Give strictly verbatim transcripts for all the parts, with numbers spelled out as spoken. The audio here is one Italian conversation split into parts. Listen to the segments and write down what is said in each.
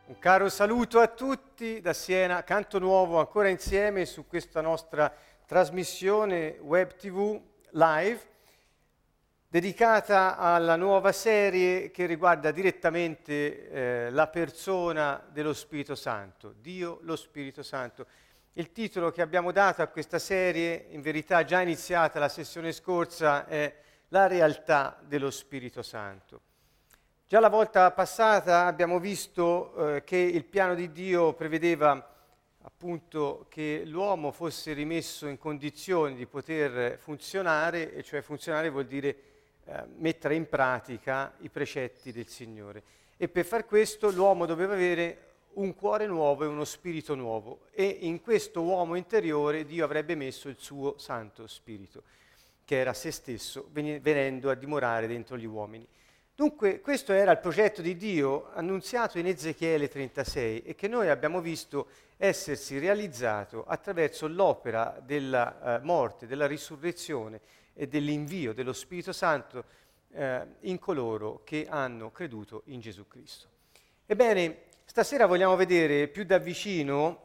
Un caro saluto a tutti da Siena, Canto Nuovo, ancora insieme su questa nostra trasmissione web tivù live, dedicata alla nuova serie che riguarda direttamente eh, la persona dello Spirito Santo, Dio lo Spirito Santo. Il titolo che abbiamo dato a questa serie, in verità già iniziata la sessione scorsa, è La realtà dello Spirito Santo. Già la volta passata abbiamo visto eh, che il piano di Dio prevedeva appunto che l'uomo fosse rimesso in condizioni di poter funzionare, e cioè funzionare vuol dire eh, mettere in pratica i precetti del Signore. E per far questo l'uomo doveva avere un cuore nuovo e uno spirito nuovo, e in questo uomo interiore Dio avrebbe messo il suo Santo Spirito, che era se stesso, venendo a dimorare dentro gli uomini. Dunque, questo era il progetto di Dio annunziato in Ezechiele trentasei e che noi abbiamo visto essersi realizzato attraverso l'opera della eh, morte, della risurrezione e dell'invio dello Spirito Santo eh, in coloro che hanno creduto in Gesù Cristo. Ebbene, stasera vogliamo vedere più da vicino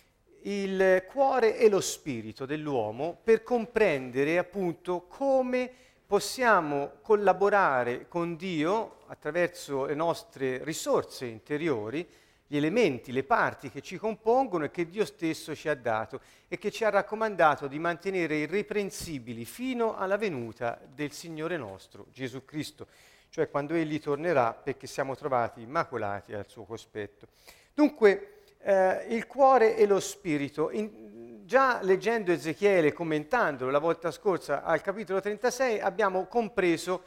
il cuore e lo spirito dell'uomo per comprendere appunto come possiamo collaborare con Dio attraverso le nostre risorse interiori, gli elementi, le parti che ci compongono e che Dio stesso ci ha dato e che ci ha raccomandato di mantenere irreprensibili fino alla venuta del Signore nostro, Gesù Cristo, cioè quando Egli tornerà, perché siamo trovati immacolati al suo cospetto. Dunque, eh, il cuore e lo spirito. In, già leggendo Ezechiele, commentandolo la volta scorsa al capitolo trentasei, abbiamo compreso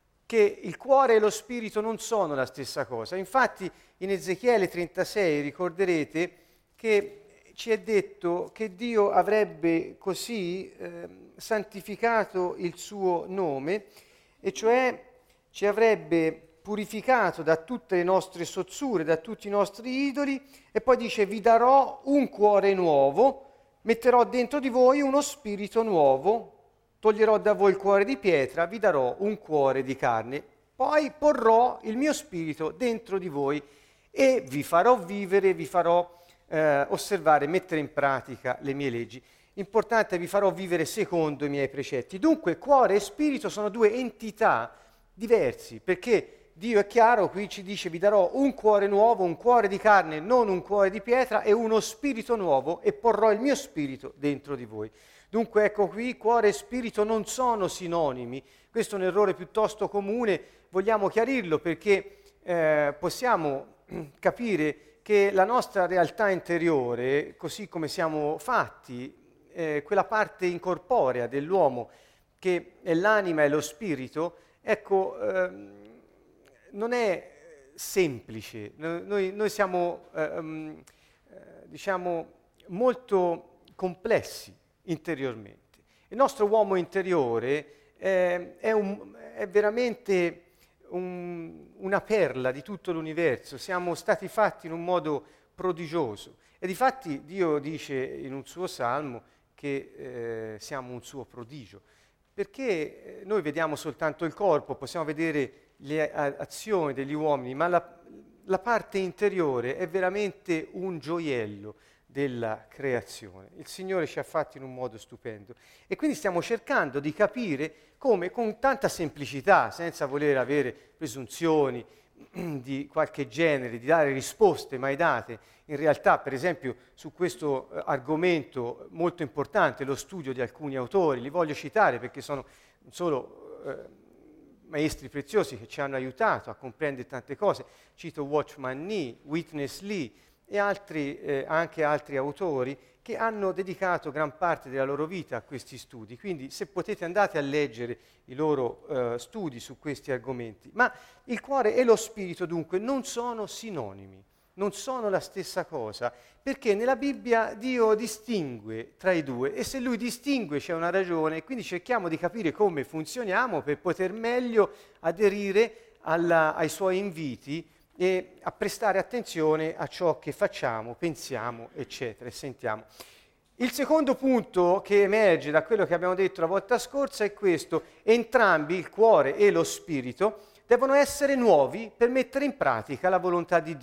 che il cuore e lo spirito non sono la stessa cosa. Infatti in Ezechiele trentasei ricorderete che ci è detto che Dio avrebbe così eh, santificato il suo nome, e cioè ci avrebbe purificato da tutte le nostre sozzure, da tutti i nostri idoli, e poi dice: vi darò un cuore nuovo, metterò dentro di voi uno spirito nuovo, toglierò da voi il cuore di pietra, vi darò un cuore di carne, poi porrò il mio spirito dentro di voi e vi farò vivere, vi farò eh, osservare, mettere in pratica le mie leggi. Importante, vi farò vivere secondo i miei precetti. Dunque cuore e spirito sono due entità diversi, perché Dio è chiaro, qui ci dice: vi darò un cuore nuovo, un cuore di carne, non un cuore di pietra, e uno spirito nuovo, e porrò il mio spirito dentro di voi. Dunque ecco qui, cuore e spirito non sono sinonimi. Questo è un errore piuttosto comune, vogliamo chiarirlo perché eh, possiamo capire che la nostra realtà interiore, così come siamo fatti, eh, quella parte incorporea dell'uomo che è l'anima e lo spirito, ecco, ehm, non è semplice. Noi, noi siamo, ehm, diciamo, molto complessi interiormente. Il nostro uomo interiore eh, è, un, è veramente un, una perla di tutto l'universo. Siamo stati fatti in un modo prodigioso. E difatti Dio dice in un suo salmo che eh, siamo un suo prodigio. Perché noi vediamo soltanto il corpo, possiamo vedere le azioni degli uomini, ma la, la parte interiore è veramente un gioiello della creazione. Il Signore ci ha fatti in un modo stupendo e quindi stiamo cercando di capire come, con tanta semplicità, senza voler avere presunzioni di qualche genere, di dare risposte mai date. In realtà, per esempio, su questo eh, argomento molto importante, lo studio di alcuni autori, li voglio citare perché sono non solo eh, maestri preziosi che ci hanno aiutato a comprendere tante cose. Cito Watchman Nee, Witness Lee e altri, eh, anche altri autori che hanno dedicato gran parte della loro vita a questi studi. Quindi se potete andate a leggere i loro eh, studi su questi argomenti. Ma il cuore e lo spirito dunque non sono sinonimi, non sono la stessa cosa, perché nella Bibbia Dio distingue tra i due, e se Lui distingue c'è una ragione, quindi cerchiamo di capire come funzioniamo per poter meglio aderire alla, ai Suoi inviti e a prestare attenzione a ciò che facciamo, pensiamo, eccetera, e sentiamo. Il secondo punto che emerge da quello che abbiamo detto la volta scorsa è questo: entrambi, il cuore e lo spirito, devono essere nuovi per mettere in pratica la volontà di Dio.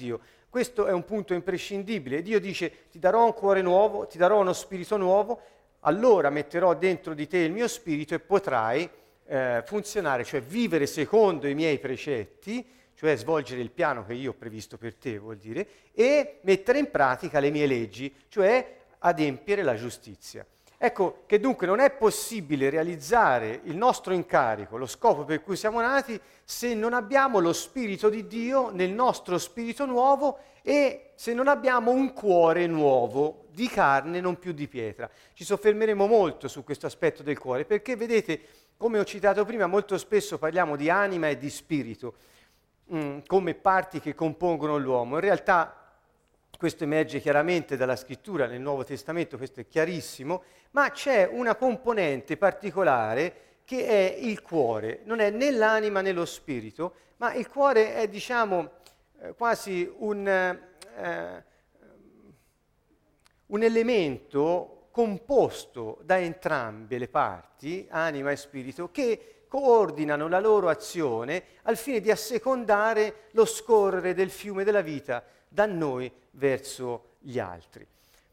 Questo è un punto imprescindibile. Dio dice: ti darò un cuore nuovo, ti darò uno spirito nuovo, allora metterò dentro di te il mio spirito e potrai eh, funzionare, cioè vivere secondo i miei precetti, cioè svolgere il piano che io ho previsto per te, vuol dire, e mettere in pratica le mie leggi, cioè adempiere la giustizia. Ecco che dunque non è possibile realizzare il nostro incarico, lo scopo per cui siamo nati, se non abbiamo lo Spirito di Dio nel nostro spirito nuovo e se non abbiamo un cuore nuovo, di carne, non più di pietra. Ci soffermeremo molto su questo aspetto del cuore, perché vedete, come ho citato prima, molto spesso parliamo di anima e di spirito mh, come parti che compongono l'uomo. In realtà questo emerge chiaramente dalla scrittura nel Nuovo Testamento, questo è chiarissimo, ma c'è una componente particolare che è il cuore. Non è né l'anima né lo spirito, ma il cuore è, diciamo, eh, quasi un, eh, un elemento composto da entrambe le parti, anima e spirito, che coordinano la loro azione al fine di assecondare lo scorrere del fiume della vita da noi verso gli altri.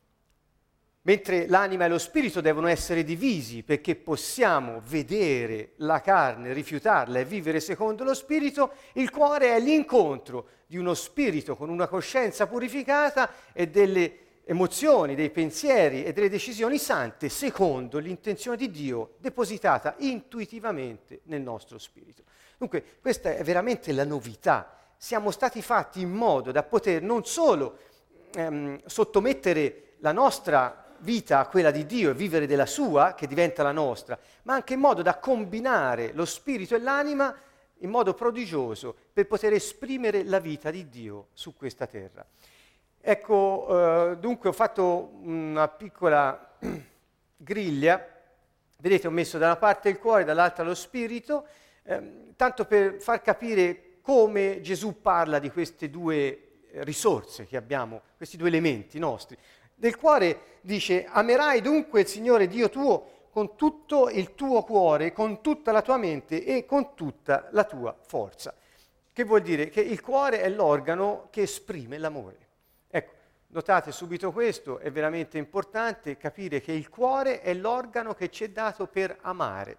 Mentre l'anima e lo spirito devono essere divisi perché possiamo vedere la carne, rifiutarla e vivere secondo lo spirito, il cuore è l'incontro di uno spirito con una coscienza purificata e delle emozioni, dei pensieri e delle decisioni sante secondo l'intenzione di Dio depositata intuitivamente nel nostro spirito. Dunque, questa è veramente la novità. Siamo stati fatti in modo da poter non solo ehm, sottomettere la nostra vita a quella di Dio e vivere della sua, che diventa la nostra, ma anche in modo da combinare lo spirito e l'anima in modo prodigioso per poter esprimere la vita di Dio su questa terra. Ecco, eh, dunque ho fatto una piccola griglia, vedete ho messo da una parte il cuore, dall'altra lo spirito, eh, tanto per far capire come Gesù parla di queste due risorse che abbiamo, questi due elementi nostri. Del cuore dice: amerai dunque il Signore Dio tuo con tutto il tuo cuore, con tutta la tua mente e con tutta la tua forza. Che vuol dire? Che il cuore è l'organo che esprime l'amore. Ecco, notate subito questo, è veramente importante capire che il cuore è l'organo che ci è dato per amare.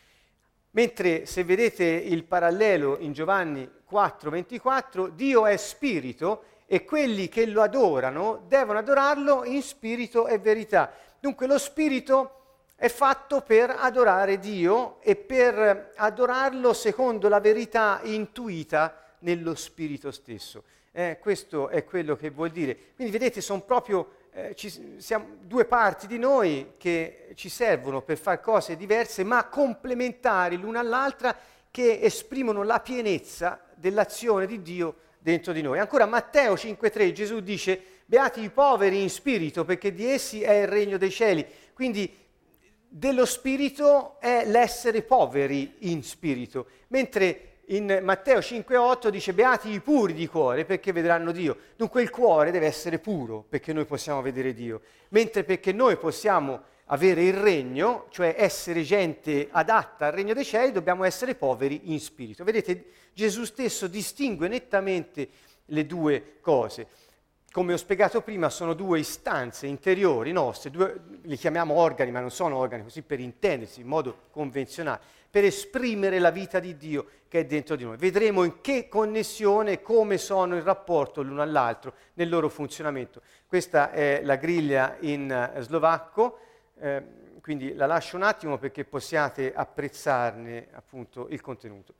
Mentre se vedete il parallelo in Giovanni quattro ventiquattro, Dio è spirito e quelli che lo adorano devono adorarlo in spirito e verità. Dunque lo spirito è fatto per adorare Dio e per adorarlo secondo la verità intuita nello spirito stesso. Eh, questo è quello che vuol dire. Quindi vedete, sono proprio eh, ci, siamo due parti di noi che ci servono per fare cose diverse, ma complementari l'una all'altra, che esprimono la pienezza dell'azione di Dio dentro di noi. Ancora Matteo cinque tre, Gesù dice: beati i poveri in spirito, perché di essi è il regno dei cieli. Quindi dello spirito è l'essere poveri in spirito, mentre in Matteo cinque otto dice: beati i puri di cuore, perché vedranno Dio. Dunque il cuore deve essere puro perché noi possiamo vedere Dio, mentre perché noi possiamo avere il regno, cioè essere gente adatta al regno dei cieli, dobbiamo essere poveri in spirito. Vedete, Gesù stesso distingue nettamente le due cose. Come ho spiegato prima, sono due istanze interiori nostre, due, li chiamiamo organi, ma non sono organi, così per intendersi in modo convenzionale, per esprimere la vita di Dio che è dentro di noi. Vedremo in che connessione, come sono in rapporto l'uno all'altro nel loro funzionamento. Questa è la griglia in slovacco, eh, quindi la lascio un attimo perché possiate apprezzarne appunto il contenuto.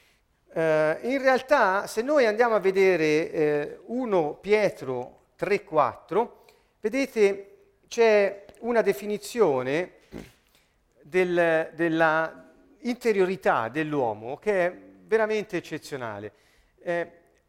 Uh, in realtà, se noi andiamo a vedere eh, primo Pietro tre quattro, vedete c'è una definizione del, della interiorità dell'uomo che è veramente eccezionale. Eh,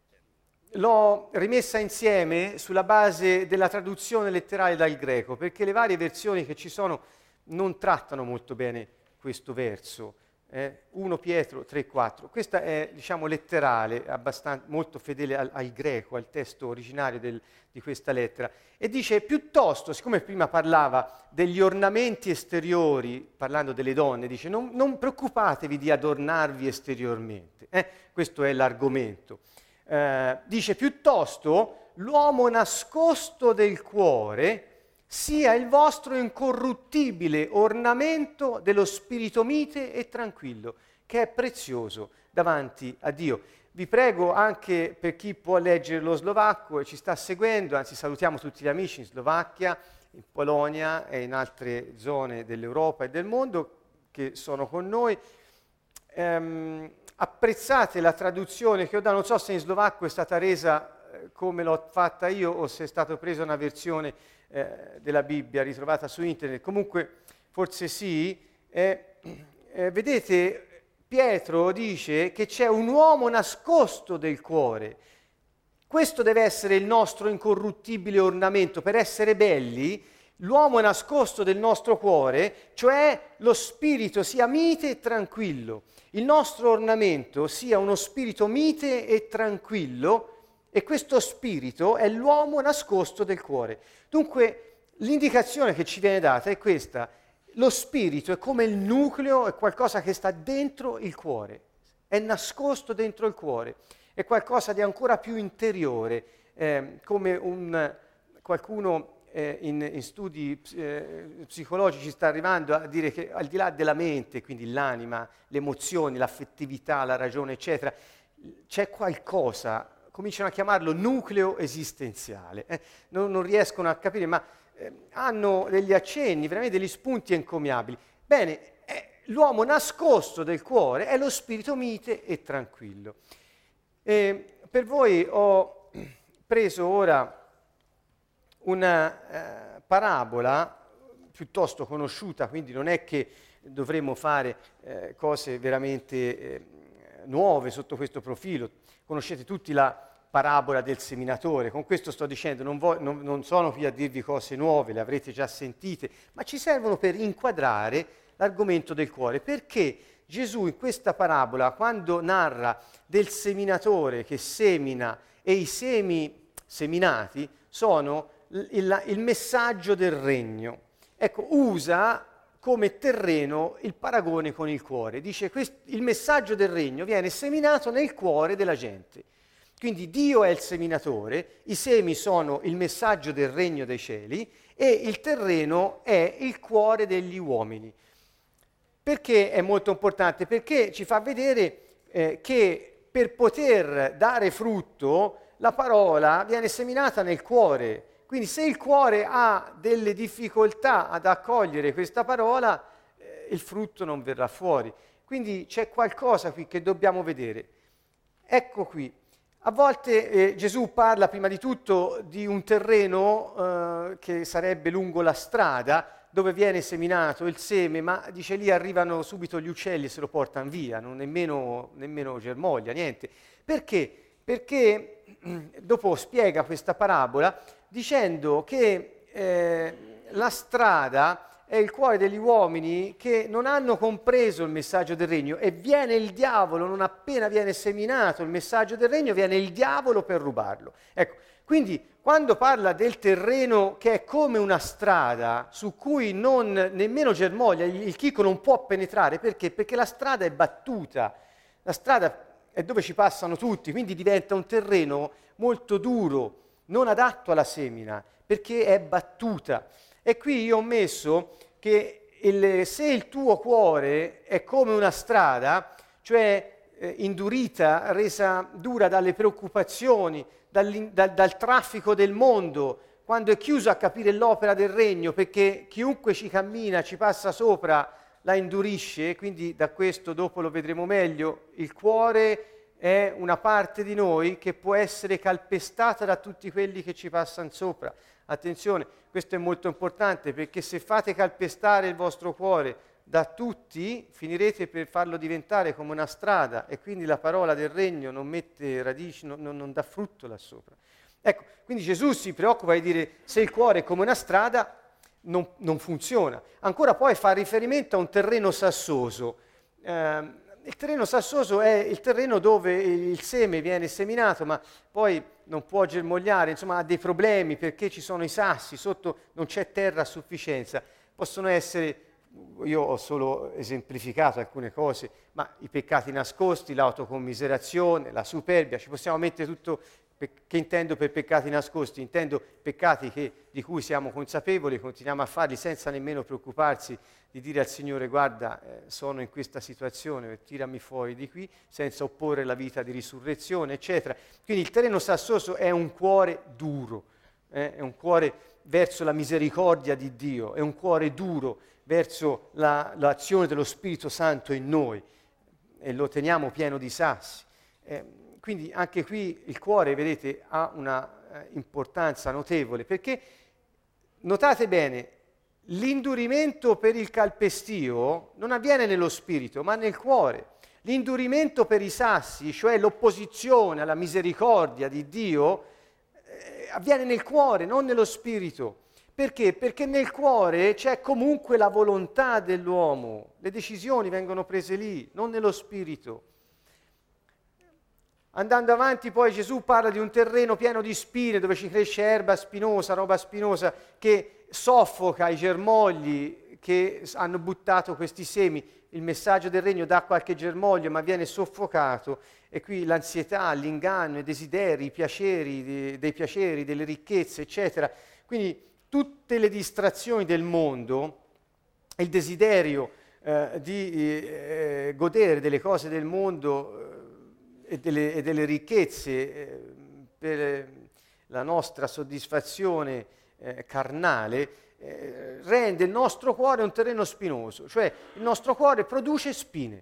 l'ho rimessa insieme sulla base della traduzione letterale dal greco, perché le varie versioni che ci sono non trattano molto bene questo verso. Eh, primo Pietro tre quattro, questa è diciamo letterale, abbastanza, molto fedele al, al greco, al testo originario del, di questa lettera, e dice piuttosto, siccome prima parlava degli ornamenti esteriori, parlando delle donne, dice non, non preoccupatevi di adornarvi esteriormente, eh? Questo è l'argomento. Eh, dice piuttosto l'uomo nascosto del cuore sia il vostro incorruttibile ornamento dello spirito mite e tranquillo, che è prezioso davanti a Dio. Vi prego anche per chi può leggere lo slovacco e ci sta seguendo, anzi salutiamo tutti gli amici in Slovacchia, in Polonia e in altre zone dell'Europa e del mondo che sono con noi. Ehm, apprezzate la traduzione che ho dato, non so se in slovacco è stata resa eh, come l'ho fatta io o se è stata presa una versione eh, della Bibbia ritrovata su internet, comunque forse sì. Eh, eh, vedete, Pietro dice che c'è un uomo nascosto del cuore. Questo deve essere il nostro incorruttibile ornamento. Per essere belli, l'uomo nascosto del nostro cuore, cioè lo spirito sia mite e tranquillo. Il nostro ornamento sia uno spirito mite e tranquillo, e questo spirito è l'uomo nascosto del cuore. Dunque, l'indicazione che ci viene data è questa: lo spirito è come il nucleo, è qualcosa che sta dentro il cuore, è nascosto dentro il cuore, è qualcosa di ancora più interiore, eh, come un, qualcuno eh, in, in studi eh, psicologici sta arrivando a dire che al di là della mente, quindi l'anima, le emozioni, l'affettività, la ragione, eccetera, c'è qualcosa, cominciano a chiamarlo nucleo esistenziale, eh, non, non riescono a capire, ma eh, hanno degli accenni, veramente degli spunti encomiabili. Bene, eh, l'uomo nascosto del cuore è lo spirito mite e tranquillo. E per voi ho preso ora una eh, parabola piuttosto conosciuta, quindi non è che dovremo fare eh, cose veramente eh, nuove sotto questo profilo. Conoscete tutti la parabola del seminatore. Con questo sto dicendo, non, vo- non, non sono qui a dirvi cose nuove, le avrete già sentite, ma ci servono per inquadrare l'argomento del cuore. Perché Gesù in questa parabola, quando narra del seminatore che semina e i semi seminati, sono il, il, il messaggio del regno. Ecco, usa come terreno il paragone con il cuore. Dice che il messaggio del regno viene seminato nel cuore della gente. Quindi Dio è il seminatore, i semi sono il messaggio del regno dei cieli e il terreno è il cuore degli uomini. Perché è molto importante? Perché ci fa vedere eh, che per poter dare frutto la parola viene seminata nel cuore. Quindi se il cuore ha delle difficoltà ad accogliere questa parola, eh, il frutto non verrà fuori. Quindi c'è qualcosa qui che dobbiamo vedere. Ecco qui. A volte eh, Gesù parla prima di tutto di un terreno eh, che sarebbe lungo la strada, dove viene seminato il seme, ma dice lì arrivano subito gli uccelli e se lo portano via, non nemmeno, nemmeno germoglia, niente. Perché? Perché dopo spiega questa parabola dicendo che eh, la strada è il cuore degli uomini che non hanno compreso il messaggio del regno, e viene il diavolo, non appena viene seminato il messaggio del regno, viene il diavolo per rubarlo. Ecco, quindi quando parla del terreno che è come una strada su cui non nemmeno germoglia, il, il chicco non può penetrare, perché? Perché la strada è battuta, la strada è dove ci passano tutti, quindi diventa un terreno molto duro, non adatto alla semina, perché è battuta. E qui io ho messo che il, se il tuo cuore è come una strada, cioè eh, indurita, resa dura dalle preoccupazioni, dal, dal traffico del mondo, quando è chiuso a capire l'opera del regno, perché chiunque ci cammina, ci passa sopra, la indurisce, quindi da questo dopo lo vedremo meglio, il cuore è una parte di noi che può essere calpestata da tutti quelli che ci passano sopra. Attenzione, questo è molto importante, perché se fate calpestare il vostro cuore da tutti, finirete per farlo diventare come una strada, e quindi la parola del regno non mette radici, non, non, non dà frutto là sopra. Ecco, quindi Gesù si preoccupa di dire se il cuore è come una strada, non, non funziona. Ancora poi fa riferimento a un terreno sassoso. Eh, il terreno sassoso è il terreno dove il seme viene seminato, ma poi non può germogliare, insomma ha dei problemi perché ci sono i sassi, sotto non c'è terra a sufficienza. Possono essere, io ho solo esemplificato alcune cose, ma i peccati nascosti, l'autocommiserazione, la superbia, ci possiamo mettere tutto Che intendo per peccati nascosti? Intendo peccati che, di cui siamo consapevoli, continuiamo a farli senza nemmeno preoccuparsi di dire al Signore guarda, eh, sono in questa situazione, tirami fuori di qui, senza opporre la vita di risurrezione, eccetera. Quindi il terreno sassoso è un cuore duro, eh, è un cuore verso la misericordia di Dio, è un cuore duro verso la, l'azione dello Spirito Santo in noi, e lo teniamo pieno di sassi. Eh, Quindi anche qui il cuore, vedete, ha una eh, importanza notevole, perché notate bene, l'indurimento per il calpestio non avviene nello spirito, ma nel cuore. L'indurimento per i sassi, cioè l'opposizione alla misericordia di Dio, eh, avviene nel cuore, non nello spirito. Perché? Perché nel cuore c'è comunque la volontà dell'uomo, le decisioni vengono prese lì, non nello spirito. Andando avanti poi Gesù parla di un terreno pieno di spine dove ci cresce erba spinosa, roba spinosa che soffoca i germogli che hanno buttato questi semi. Il messaggio del regno dà qualche germoglio ma viene soffocato, e qui l'ansietà, l'inganno, i desideri, i piaceri, dei piaceri, delle ricchezze, eccetera. Quindi tutte le distrazioni del mondo, il desiderio eh, di eh, godere delle cose del mondo E delle, e delle ricchezze eh, per la nostra soddisfazione eh, carnale, eh, rende il nostro cuore un terreno spinoso, cioè il nostro cuore produce spine,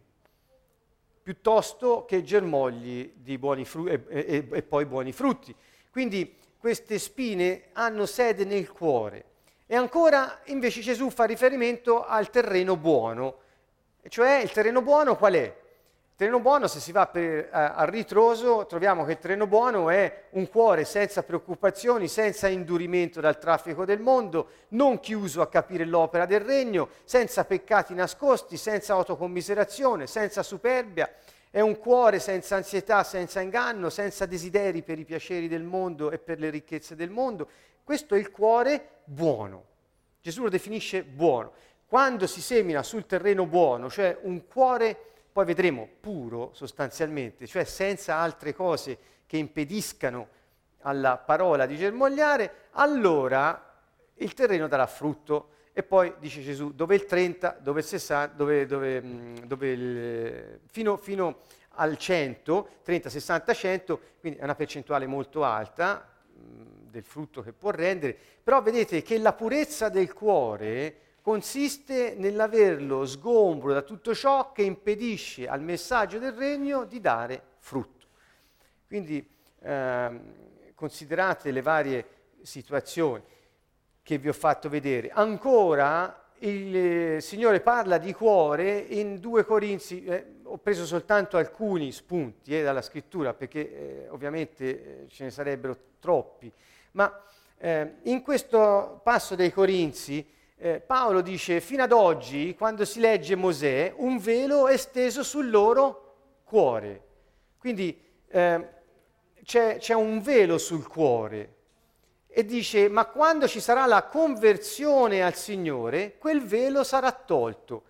piuttosto che germogli di buoni fru- e, e, e poi buoni frutti. Quindi queste spine hanno sede nel cuore. E ancora invece Gesù fa riferimento al terreno buono, cioè il terreno buono qual è? Il terreno buono, se si va per, eh, a ritroso, troviamo che il terreno buono è un cuore senza preoccupazioni, senza indurimento dal traffico del mondo, non chiuso a capire l'opera del regno, senza peccati nascosti, senza autocommiserazione, senza superbia. È un cuore senza ansietà, senza inganno, senza desideri per i piaceri del mondo e per le ricchezze del mondo. Questo è il cuore buono. Gesù lo definisce buono. Quando si semina sul terreno buono, cioè un cuore, poi vedremo, puro sostanzialmente, cioè senza altre cose che impediscano alla parola di germogliare, allora il terreno darà frutto. E poi dice Gesù, dove il trenta, dove il sessanta, dove, dove, dove il, fino, fino al cento, trenta, sessanta, cento, quindi è una percentuale molto alta mh, del frutto che può rendere, però vedete che la purezza del cuore consiste nell'averlo sgombro da tutto ciò che impedisce al messaggio del regno di dare frutto. Quindi ehm, considerate le varie situazioni che vi ho fatto vedere. Ancora il eh, Signore parla di cuore in due Corinzi, eh, ho preso soltanto alcuni spunti eh, dalla scrittura perché eh, ovviamente eh, ce ne sarebbero troppi, ma eh, in questo passo dei Corinzi eh, Paolo dice: fino ad oggi, quando si legge Mosè, un velo è steso sul loro cuore. Quindi eh, c'è, c'è un velo sul cuore. E dice, ma quando ci sarà la conversione al Signore, quel velo sarà tolto.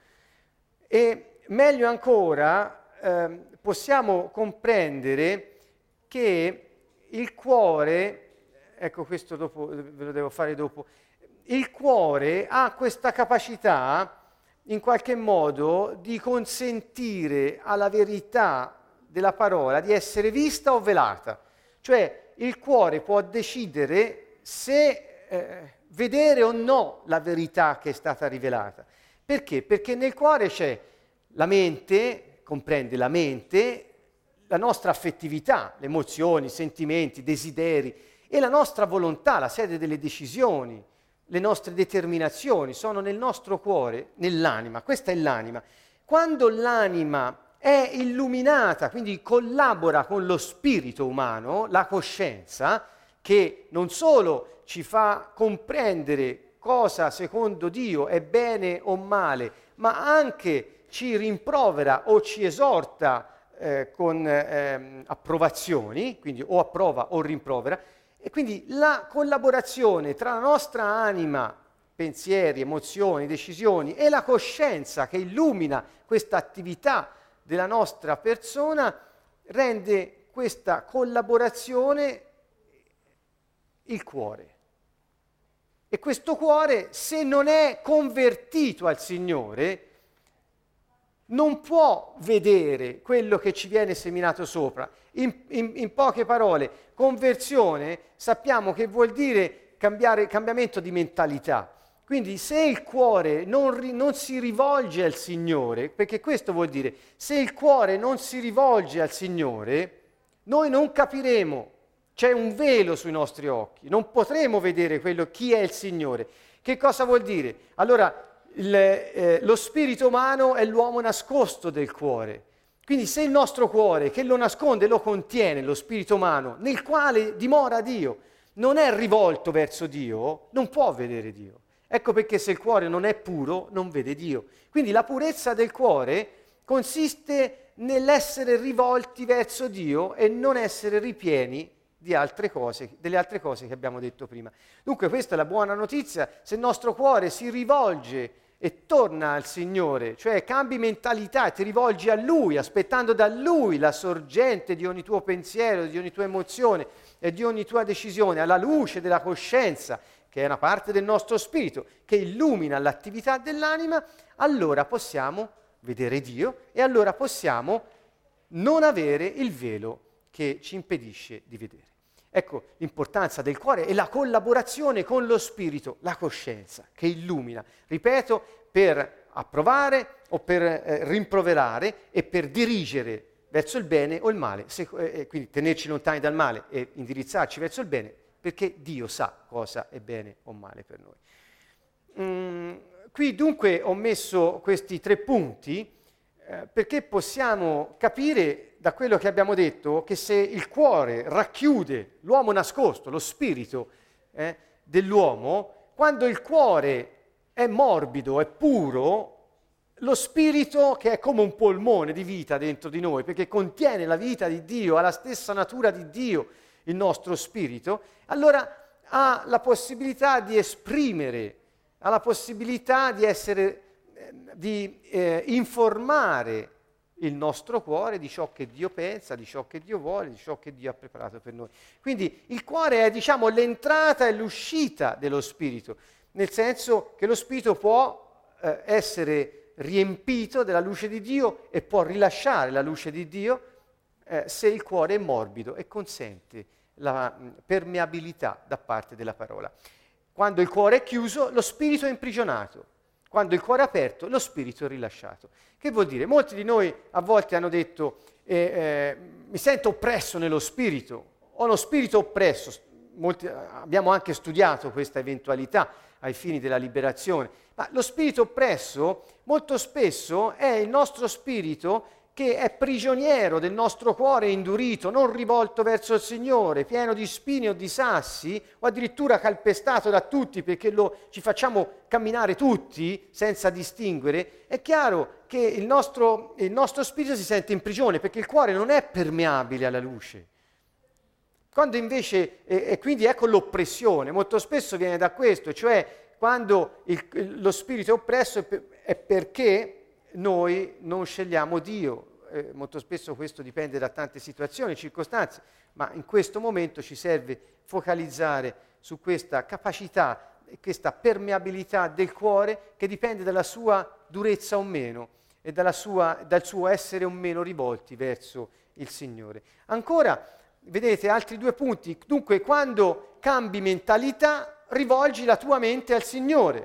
E meglio ancora, eh, possiamo comprendere che il cuore, ecco questo dopo, ve lo devo fare dopo, il cuore ha questa capacità, in qualche modo, di consentire alla verità della parola di essere vista o velata. Cioè, il cuore può decidere se eh, vedere o no la verità che è stata rivelata. Perché? Perché nel cuore c'è la mente, comprende la mente, la nostra affettività, le emozioni, i sentimenti, i desideri, e la nostra volontà, la sede delle decisioni, le nostre determinazioni sono nel nostro cuore, nell'anima. Questa è l'anima. Quando l'anima è illuminata, quindi collabora con lo spirito umano, la coscienza, che non solo ci fa comprendere cosa secondo Dio è bene o male, ma anche ci rimprovera o ci esorta eh, con eh, approvazioni, quindi o approva o rimprovera, e quindi la collaborazione tra la nostra anima, pensieri, emozioni, decisioni, e la coscienza che illumina questa attività della nostra persona rende questa collaborazione il cuore. E questo cuore, se non è convertito al Signore, non può vedere quello che ci viene seminato sopra. In, in, in poche parole, conversione sappiamo che vuol dire cambiare, cambiamento di mentalità. Quindi se il cuore non, ri, non si rivolge al Signore, perché questo vuol dire, se il cuore non si rivolge al Signore, noi non capiremo, c'è un velo sui nostri occhi, non potremo vedere quello, chi è il Signore. Che cosa vuol dire? Allora, il, eh, lo spirito umano è l'uomo nascosto del cuore. Quindi se il nostro cuore, che lo nasconde, lo contiene, lo spirito umano, nel quale dimora Dio, non è rivolto verso Dio, non può vedere Dio. Ecco perché se il cuore non è puro, non vede Dio. Quindi la purezza del cuore consiste nell'essere rivolti verso Dio e non essere ripieni di altre cose, delle altre cose che abbiamo detto prima. Dunque questa è la buona notizia: se il nostro cuore si rivolge e torna al Signore, cioè cambi mentalità e ti rivolgi a Lui, aspettando da Lui la sorgente di ogni tuo pensiero, di ogni tua emozione e di ogni tua decisione, alla luce della coscienza, che è una parte del nostro spirito, che illumina l'attività dell'anima, allora possiamo vedere Dio e allora possiamo non avere il velo che ci impedisce di vedere. Ecco l'importanza del cuore e la collaborazione con lo spirito, la coscienza che illumina, ripeto, per approvare o per eh, rimproverare e per dirigere verso il bene o il male, se, eh, quindi tenerci lontani dal male e indirizzarci verso il bene, perché Dio sa cosa è bene o male per noi. Mm, qui dunque ho messo questi tre punti eh, perché possiamo capire da quello che abbiamo detto che se il cuore racchiude l'uomo nascosto, lo spirito eh, dell'uomo, quando il cuore è morbido, è puro, lo spirito, che è come un polmone di vita dentro di noi, perché contiene la vita di Dio, ha la stessa natura di Dio, il nostro spirito, allora ha la possibilità di esprimere, ha la possibilità di essere, eh, di eh, informare il nostro cuore di ciò che Dio pensa, di ciò che Dio vuole, di ciò che Dio ha preparato per noi. Quindi il cuore è, diciamo, l'entrata e l'uscita dello spirito, nel senso che lo spirito può eh, essere riempito della luce di Dio e può rilasciare la luce di Dio eh, se il cuore è morbido e consente la mh, permeabilità da parte della parola. Quando il cuore è chiuso, lo spirito è imprigionato. Quando il cuore è aperto, lo spirito è rilasciato. Che vuol dire? Molti di noi a volte hanno detto eh, eh, mi sento oppresso nello spirito, ho lo spirito oppresso. Molti, abbiamo anche studiato questa eventualità ai fini della liberazione, ma lo spirito oppresso molto spesso è il nostro spirito che è prigioniero del nostro cuore indurito, non rivolto verso il Signore, pieno di spine o di sassi, o addirittura calpestato da tutti perché lo, ci facciamo camminare tutti senza distinguere. È chiaro che il nostro, il nostro spirito si sente in prigione perché il cuore non è permeabile alla luce. Quando invece, e, e quindi ecco l'oppressione, molto spesso viene da questo, cioè quando il, lo spirito è oppresso è, per, è perché noi non scegliamo Dio. Eh, molto spesso questo dipende da tante situazioni, circostanze, ma in questo momento ci serve focalizzare su questa capacità e questa permeabilità del cuore che dipende dalla sua durezza o meno e dalla sua, dal suo essere o meno rivolti verso il Signore. Ancora, vedete, altri due punti. Dunque, quando cambi mentalità, rivolgi la tua mente al Signore.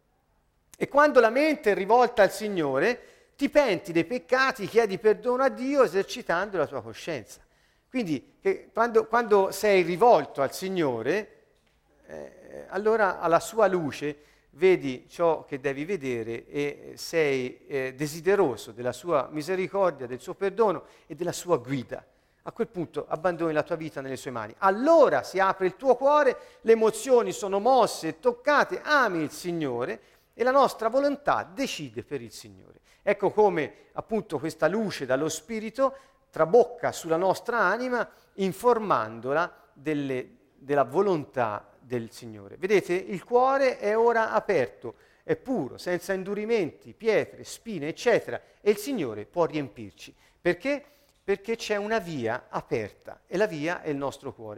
E quando la mente è rivolta al Signore, ti penti dei peccati, chiedi perdono a Dio esercitando la tua coscienza. Quindi che quando, quando sei rivolto al Signore, eh, allora alla sua luce vedi ciò che devi vedere e sei eh, desideroso della sua misericordia, del suo perdono e della sua guida. A quel punto abbandoni la tua vita nelle sue mani. Allora si apre il tuo cuore, le emozioni sono mosse e toccate, ami il Signore e la nostra volontà decide per il Signore. Ecco come appunto questa luce dallo Spirito trabocca sulla nostra anima informandola delle, della volontà del Signore. Vedete, il cuore è ora aperto, è puro, senza indurimenti, pietre, spine, eccetera, e il Signore può riempirci. Perché? Perché c'è una via aperta e la via è il nostro cuore.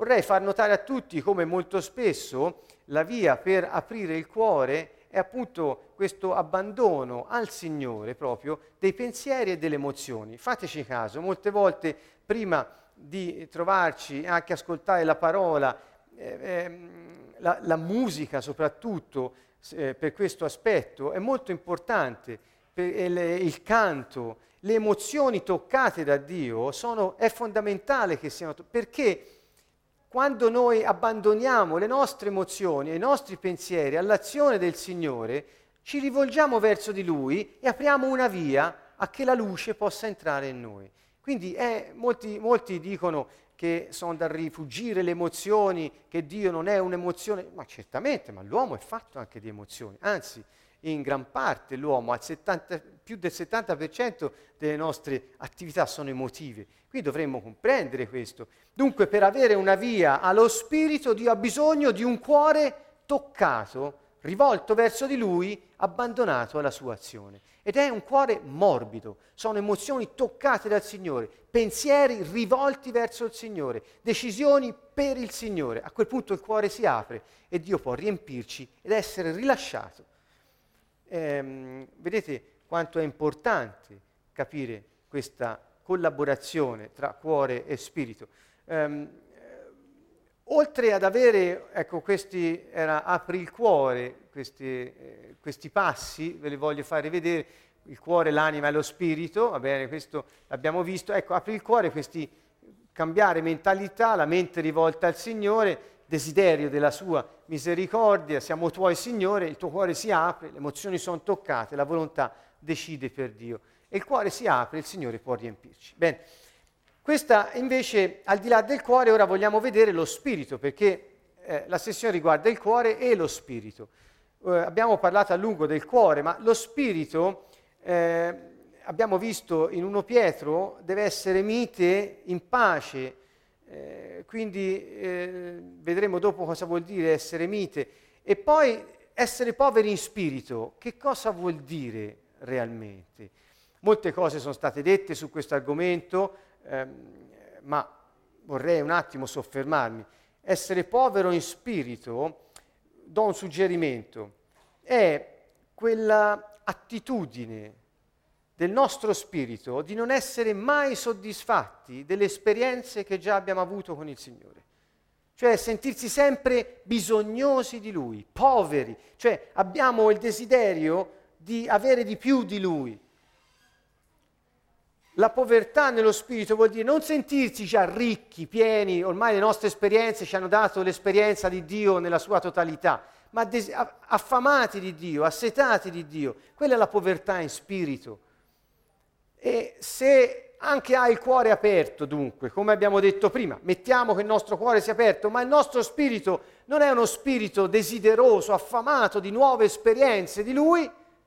vorrei far notare a tutti come molto spesso la via per aprire il cuore è appunto questo abbandono al Signore proprio dei pensieri e delle emozioni. Fateci caso, molte volte prima di trovarci anche ascoltare la parola, eh, eh, la, la musica soprattutto eh, per questo aspetto è molto importante, per il, il canto, le emozioni toccate da Dio sono, è fondamentale che siano, perché quando noi abbandoniamo le nostre emozioni e i nostri pensieri all'azione del Signore, ci rivolgiamo verso di Lui e apriamo una via a che la luce possa entrare in noi. Quindi è, molti, molti dicono che sono da rifugire le emozioni, che Dio non è un'emozione, ma certamente, ma l'uomo è fatto anche di emozioni, anzi in gran parte l'uomo, al settanta, più del settanta per cento delle nostre attività sono emotive. Qui dovremmo comprendere questo. Dunque, per avere una via allo Spirito, Dio ha bisogno di un cuore toccato, rivolto verso di Lui, abbandonato alla sua azione. Ed è un cuore morbido, sono emozioni toccate dal Signore, pensieri rivolti verso il Signore, decisioni per il Signore. A quel punto il cuore si apre e Dio può riempirci ed essere rilasciato. Ehm, vedete quanto è importante capire questa collaborazione tra cuore e spirito. Ehm, oltre ad avere, ecco, questi, era apri il cuore, questi, eh, questi passi, ve li voglio fare vedere, il cuore, l'anima e lo spirito, va bene, questo l'abbiamo visto, ecco, apri il cuore, questi cambiare mentalità, la mente rivolta al Signore, desiderio della sua misericordia, siamo tuoi Signore, il tuo cuore si apre, le emozioni sono toccate, la volontà decide per Dio. E il cuore si apre, il Signore può riempirci. Bene, questa invece, al di là del cuore, ora vogliamo vedere lo spirito, perché eh, la sessione riguarda il cuore e lo spirito. Eh, abbiamo parlato a lungo del cuore, ma lo spirito, eh, abbiamo visto in primo Pietro, deve essere mite, in pace, eh, quindi eh, vedremo dopo cosa vuol dire essere mite. E poi essere poveri in spirito, che cosa vuol dire realmente? Molte cose sono state dette su questo argomento, ehm, ma vorrei un attimo soffermarmi. Essere povero in spirito, do un suggerimento, è quella attitudine del nostro spirito di non essere mai soddisfatti delle esperienze che già abbiamo avuto con il Signore. Cioè sentirsi sempre bisognosi di Lui, poveri, cioè abbiamo il desiderio di avere di più di Lui. La povertà nello spirito vuol dire non sentirsi già ricchi, pieni, ormai le nostre esperienze ci hanno dato l'esperienza di Dio nella sua totalità, ma des- affamati di Dio, assetati di Dio. Quella è la povertà in spirito. E se anche hai il cuore aperto, dunque, come abbiamo detto prima, mettiamo che il nostro cuore sia aperto, ma il nostro spirito non è uno spirito desideroso, affamato di nuove esperienze di Lui,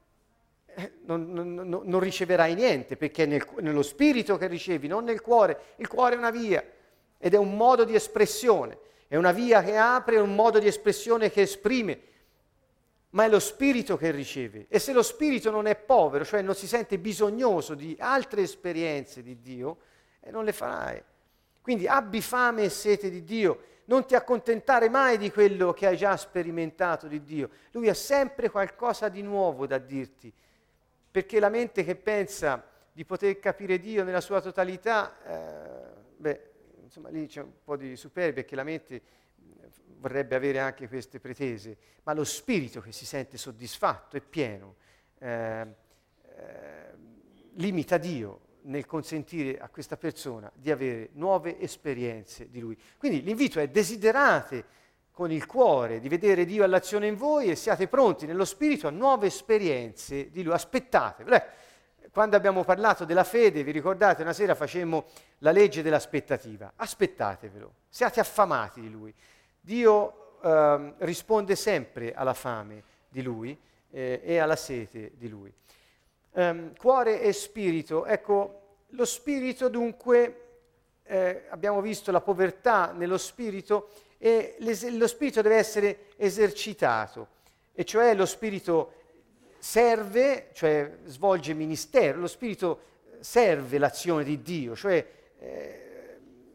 Non, non, non riceverai niente, perché è nel, nello spirito che ricevi, non nel cuore. Il cuore è una via ed è un modo di espressione, è una via che apre, è un modo di espressione che esprime, ma è lo spirito che riceve. E se lo spirito non è povero, cioè non si sente bisognoso di altre esperienze di Dio, eh, non le farai. Quindi abbi fame e sete di Dio, non ti accontentare mai di quello che hai già sperimentato di Dio. Lui ha sempre qualcosa di nuovo da dirti. Perché la mente che pensa di poter capire Dio nella sua totalità, eh, beh, insomma lì c'è un po' di superbia, perché la mente vorrebbe avere anche queste pretese, ma lo spirito che si sente soddisfatto e pieno eh, eh, limita Dio nel consentire a questa persona di avere nuove esperienze di Lui. Quindi l'invito è: desiderate con il cuore di vedere Dio all'azione in voi e siate pronti nello spirito a nuove esperienze di Lui. Aspettatevelo. Quando abbiamo parlato della fede, vi ricordate, una sera facemmo la legge dell'aspettativa. Aspettatevelo, siate affamati di Lui. Dio eh, risponde sempre alla fame di Lui eh, e alla sete di Lui. Um, cuore e spirito, ecco, lo spirito dunque, eh, abbiamo visto la povertà nello spirito, e lo spirito deve essere esercitato, e cioè lo spirito serve, cioè svolge ministero, lo spirito serve l'azione di Dio, cioè eh,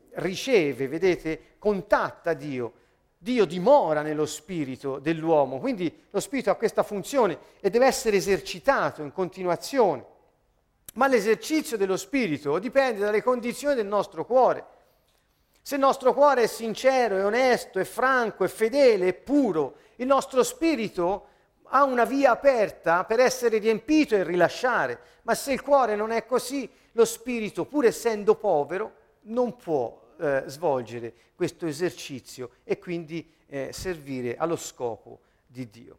riceve, vedete, contatta Dio. Dio dimora nello spirito dell'uomo, quindi lo spirito ha questa funzione e deve essere esercitato in continuazione. Ma l'esercizio dello spirito dipende dalle condizioni del nostro cuore. Se il nostro cuore è sincero, è onesto, è franco, è fedele, è puro, il nostro spirito ha una via aperta per essere riempito e rilasciare. Ma se il cuore non è così, lo spirito, pur essendo povero, non può eh, svolgere questo esercizio e quindi eh, servire allo scopo di Dio.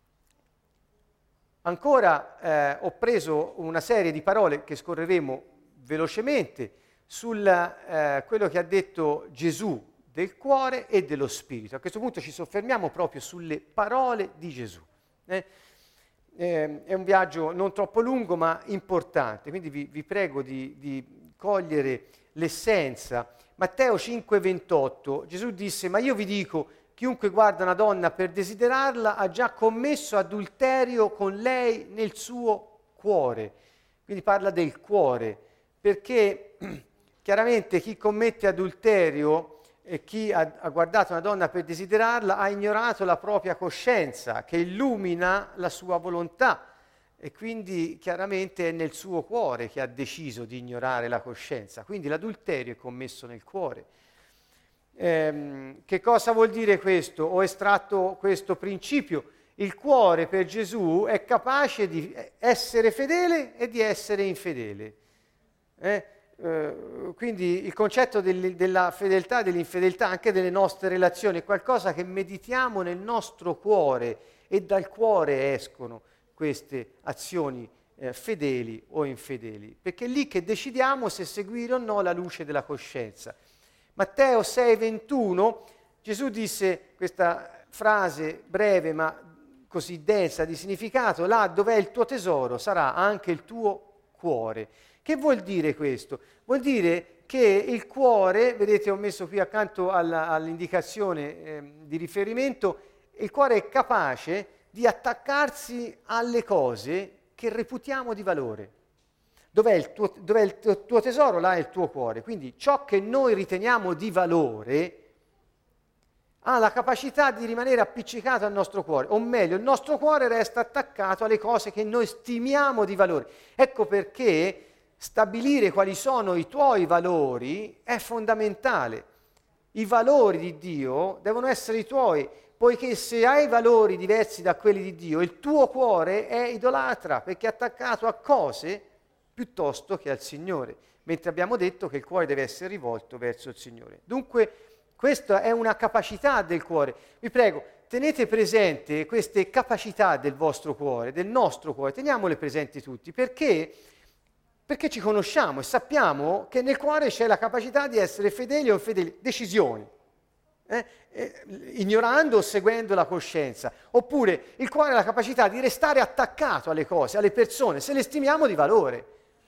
Ancora eh, ho preso una serie di parole che scorreremo velocemente su eh, quello che ha detto Gesù del cuore e dello spirito. A questo punto ci soffermiamo proprio sulle parole di Gesù. Eh? Eh, è un viaggio non troppo lungo ma importante, quindi vi, vi prego di, di cogliere l'essenza. Matteo cinque ventotto, Gesù disse: ma io vi dico, chiunque guarda una donna per desiderarla ha già commesso adulterio con lei nel suo cuore. Quindi parla del cuore, perché chiaramente chi commette adulterio e chi ha, ha guardato una donna per desiderarla ha ignorato la propria coscienza, che illumina la sua volontà, e quindi chiaramente è nel suo cuore che ha deciso di ignorare la coscienza. Quindi l'adulterio è commesso nel cuore. Ehm, che cosa vuol dire questo? Ho estratto questo principio. Il cuore per Gesù è capace di essere fedele e di essere infedele. Eh? Uh, quindi il concetto del, della fedeltà e dell'infedeltà anche delle nostre relazioni è qualcosa che meditiamo nel nostro cuore, e dal cuore escono queste azioni eh, fedeli o infedeli, perché è lì che decidiamo se seguire o no la luce della coscienza. Matteo sei ventuno, Gesù disse questa frase breve ma così densa di significato: là dov'è il tuo tesoro sarà anche il tuo cuore. Che vuol dire questo? Vuol dire che il cuore, vedete ho messo qui accanto alla, all'indicazione eh, di riferimento, il cuore è capace di attaccarsi alle cose che reputiamo di valore. Dov'è il tuo, dov'è il tuo, tuo tesoro? Là è il tuo cuore. Quindi ciò che noi riteniamo di valore ha la capacità di rimanere appiccicato al nostro cuore, o meglio, il nostro cuore resta attaccato alle cose che noi stimiamo di valore. Ecco perché stabilire quali sono i tuoi valori è fondamentale. I valori di Dio devono essere i tuoi, poiché se hai valori diversi da quelli di Dio, il tuo cuore è idolatra, perché è attaccato a cose piuttosto che al Signore, mentre abbiamo detto che il cuore deve essere rivolto verso il Signore. Dunque, questa è una capacità del cuore. Vi prego, tenete presente queste capacità del vostro cuore, del nostro cuore, teniamole presenti tutti, perché Perché ci conosciamo e sappiamo che nel cuore c'è la capacità di essere fedeli o infedeli, decisioni, eh? Eh, ignorando o seguendo la coscienza. Oppure il cuore ha la capacità di restare attaccato alle cose, alle persone, se le stimiamo di valore.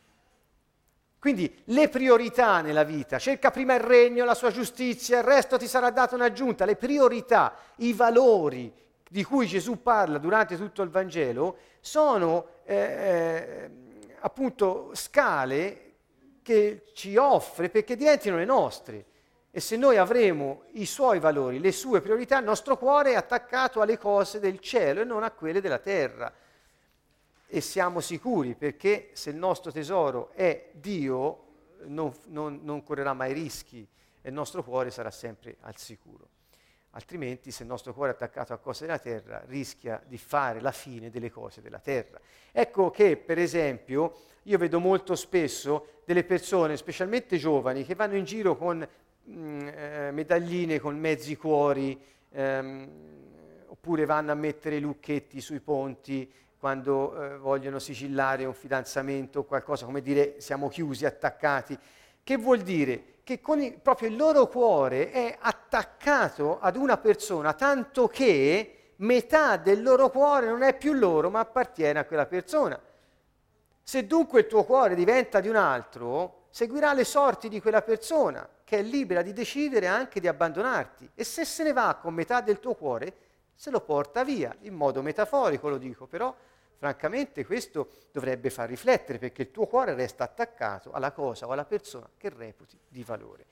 Quindi le priorità nella vita, cerca prima il regno, la sua giustizia, il resto ti sarà dato in aggiunta. Le priorità, i valori di cui Gesù parla durante tutto il Vangelo sono Eh, eh, appunto scale che ci offre perché diventino le nostre, e se noi avremo i suoi valori, le sue priorità, il nostro cuore è attaccato alle cose del cielo e non a quelle della terra, e siamo sicuri, perché se il nostro tesoro è Dio non, non, non correrà mai rischi e il nostro cuore sarà sempre al sicuro. Altrimenti, se il nostro cuore è attaccato a cose della terra, rischia di fare la fine delle cose della terra. Ecco che, per esempio, io vedo molto spesso delle persone, specialmente giovani, che vanno in giro con mh, eh, medagline con mezzi cuori, ehm, oppure vanno a mettere i lucchetti sui ponti quando eh, vogliono sigillare un fidanzamento o qualcosa, come dire, siamo chiusi, attaccati. Che vuol dire? Che con il, proprio il loro cuore è attaccato ad una persona, tanto che metà del loro cuore non è più loro, ma appartiene a quella persona. Se dunque il tuo cuore diventa di un altro, seguirà le sorti di quella persona, che è libera di decidere anche di abbandonarti. E se se ne va con metà del tuo cuore, se lo porta via, in modo metaforico lo dico, però francamente questo dovrebbe far riflettere, perché il tuo cuore resta attaccato alla cosa o alla persona che reputi di valore.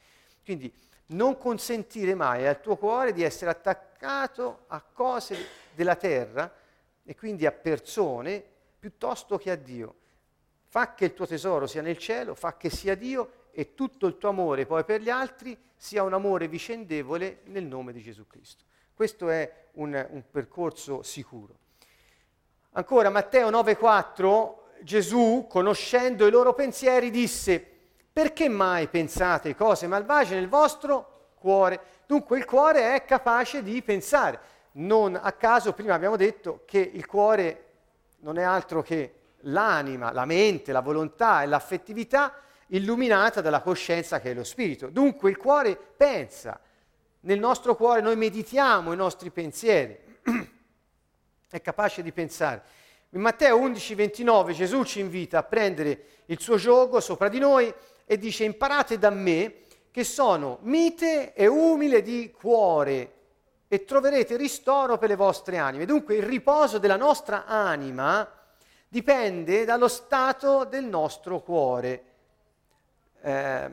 Quindi non consentire mai al tuo cuore di essere attaccato a cose della terra e quindi a persone piuttosto che a Dio. Fa che il tuo tesoro sia nel cielo, fa che sia Dio e tutto il tuo amore poi per gli altri sia un amore vicendevole nel nome di Gesù Cristo. Questo è un, un percorso sicuro. Ancora Matteo nove quattro, Gesù, conoscendo i loro pensieri, disse: perché mai pensate cose malvagie nel vostro cuore? Dunque il cuore è capace di pensare. Non a caso prima abbiamo detto che il cuore non è altro che l'anima, la mente, la volontà e l'affettività illuminata dalla coscienza che è lo spirito. Dunque il cuore pensa. Nel nostro cuore noi meditiamo i nostri pensieri. È capace di pensare. In Matteo undici ventinove Gesù ci invita a prendere il suo giogo sopra di noi e dice: imparate da me che sono mite e umile di cuore e troverete ristoro per le vostre anime. Dunque il riposo della nostra anima dipende dallo stato del nostro cuore. Eh,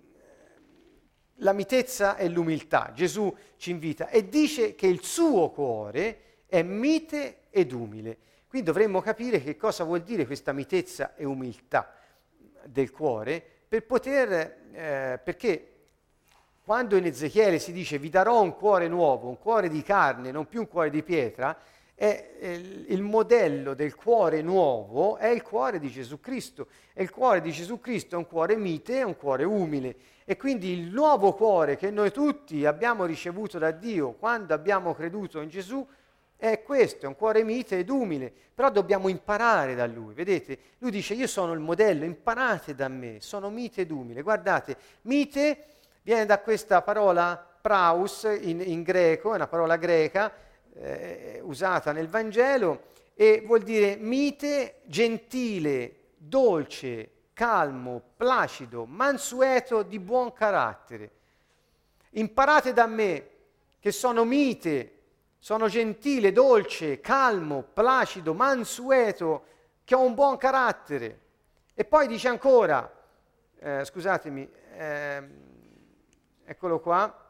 la mitezza e l'umiltà. Gesù ci invita e dice che il suo cuore è mite ed umile. Quindi dovremmo capire che cosa vuol dire questa mitezza e umiltà del cuore per poter, eh, perché quando in Ezechiele si dice vi darò un cuore nuovo, un cuore di carne, non più un cuore di pietra, è, è il modello del cuore nuovo è il cuore di Gesù Cristo. E il cuore di Gesù Cristo è un cuore mite, è un cuore umile. E quindi il nuovo cuore che noi tutti abbiamo ricevuto da Dio quando abbiamo creduto in Gesù è questo, è un cuore mite ed umile, però dobbiamo imparare da Lui, vedete? Lui dice: io sono il modello, imparate da me, sono mite ed umile. Guardate, mite viene da questa parola praus in, in greco, è una parola greca eh, usata nel Vangelo e vuol dire mite, gentile, dolce, calmo, placido, mansueto, di buon carattere. Imparate da me che sono mite, sono gentile, dolce, calmo, placido, mansueto, che ho un buon carattere. E poi dice ancora, eh, scusatemi, eh, eccolo qua,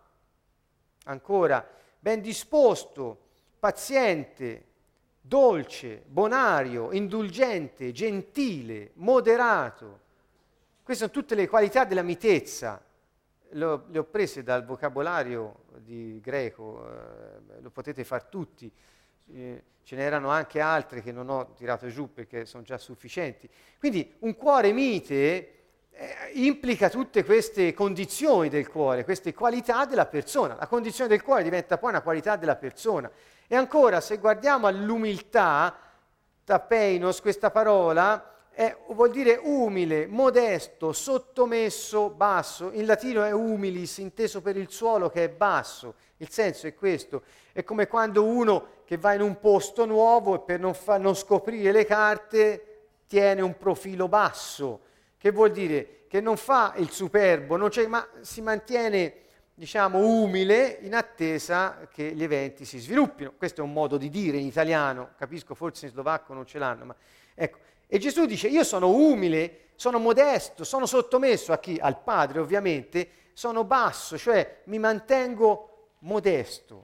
ancora, ben disposto, paziente, dolce, bonario, indulgente, gentile, moderato. Queste sono tutte le qualità della mitezza. Lo, le ho prese dal vocabolario di greco, eh, lo potete far tutti, eh, ce n'erano anche altre che non ho tirato giù perché sono già sufficienti. Quindi un cuore mite eh, implica tutte queste condizioni del cuore, queste qualità della persona. La condizione del cuore diventa poi una qualità della persona. E ancora, se guardiamo all'umiltà, tapeinos, questa parola, È, vuol dire umile, modesto, sottomesso, basso. In latino è humilis, inteso per il suolo che è basso. Il senso è questo. È come quando uno che va in un posto nuovo e per non, fa, non scoprire le carte tiene un profilo basso. Che vuol dire? Che non fa il superbo, non ma si mantiene, diciamo, umile in attesa che gli eventi si sviluppino. Questo è un modo di dire in italiano. Capisco, forse in slovacco non ce l'hanno, ma ecco. E Gesù dice: io sono umile, sono modesto, sono sottomesso a chi? Al Padre, ovviamente, sono basso, cioè mi mantengo modesto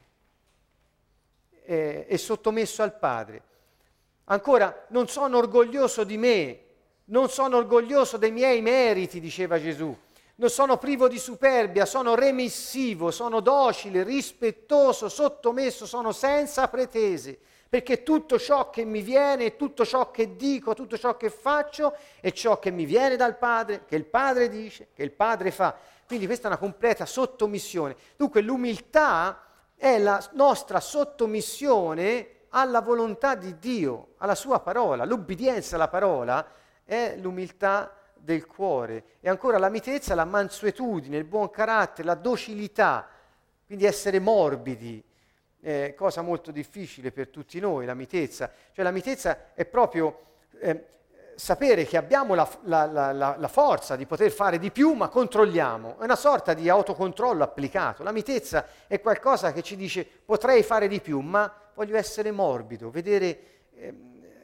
eh, e sottomesso al Padre. Ancora, non sono orgoglioso di me, non sono orgoglioso dei miei meriti, diceva Gesù. Non sono privo di superbia, sono remissivo, sono docile, rispettoso, sottomesso, sono senza pretese. Perché tutto ciò che mi viene, tutto ciò che dico, tutto ciò che faccio è ciò che mi viene dal Padre, che il Padre dice, che il Padre fa. Quindi questa è una completa sottomissione. Dunque l'umiltà è la nostra sottomissione alla volontà di Dio, alla sua parola. L'ubbidienza alla parola è l'umiltà del cuore. E ancora la mitezza, la mansuetudine, il buon carattere, la docilità, quindi essere morbidi. Eh, cosa molto difficile per tutti noi, la mitezza. Cioè la mitezza è proprio eh, sapere che abbiamo la, la, la, la forza di poter fare di più, ma controlliamo. È una sorta di autocontrollo applicato. La mitezza è qualcosa che ci dice potrei fare di più, ma voglio essere morbido, vedere eh,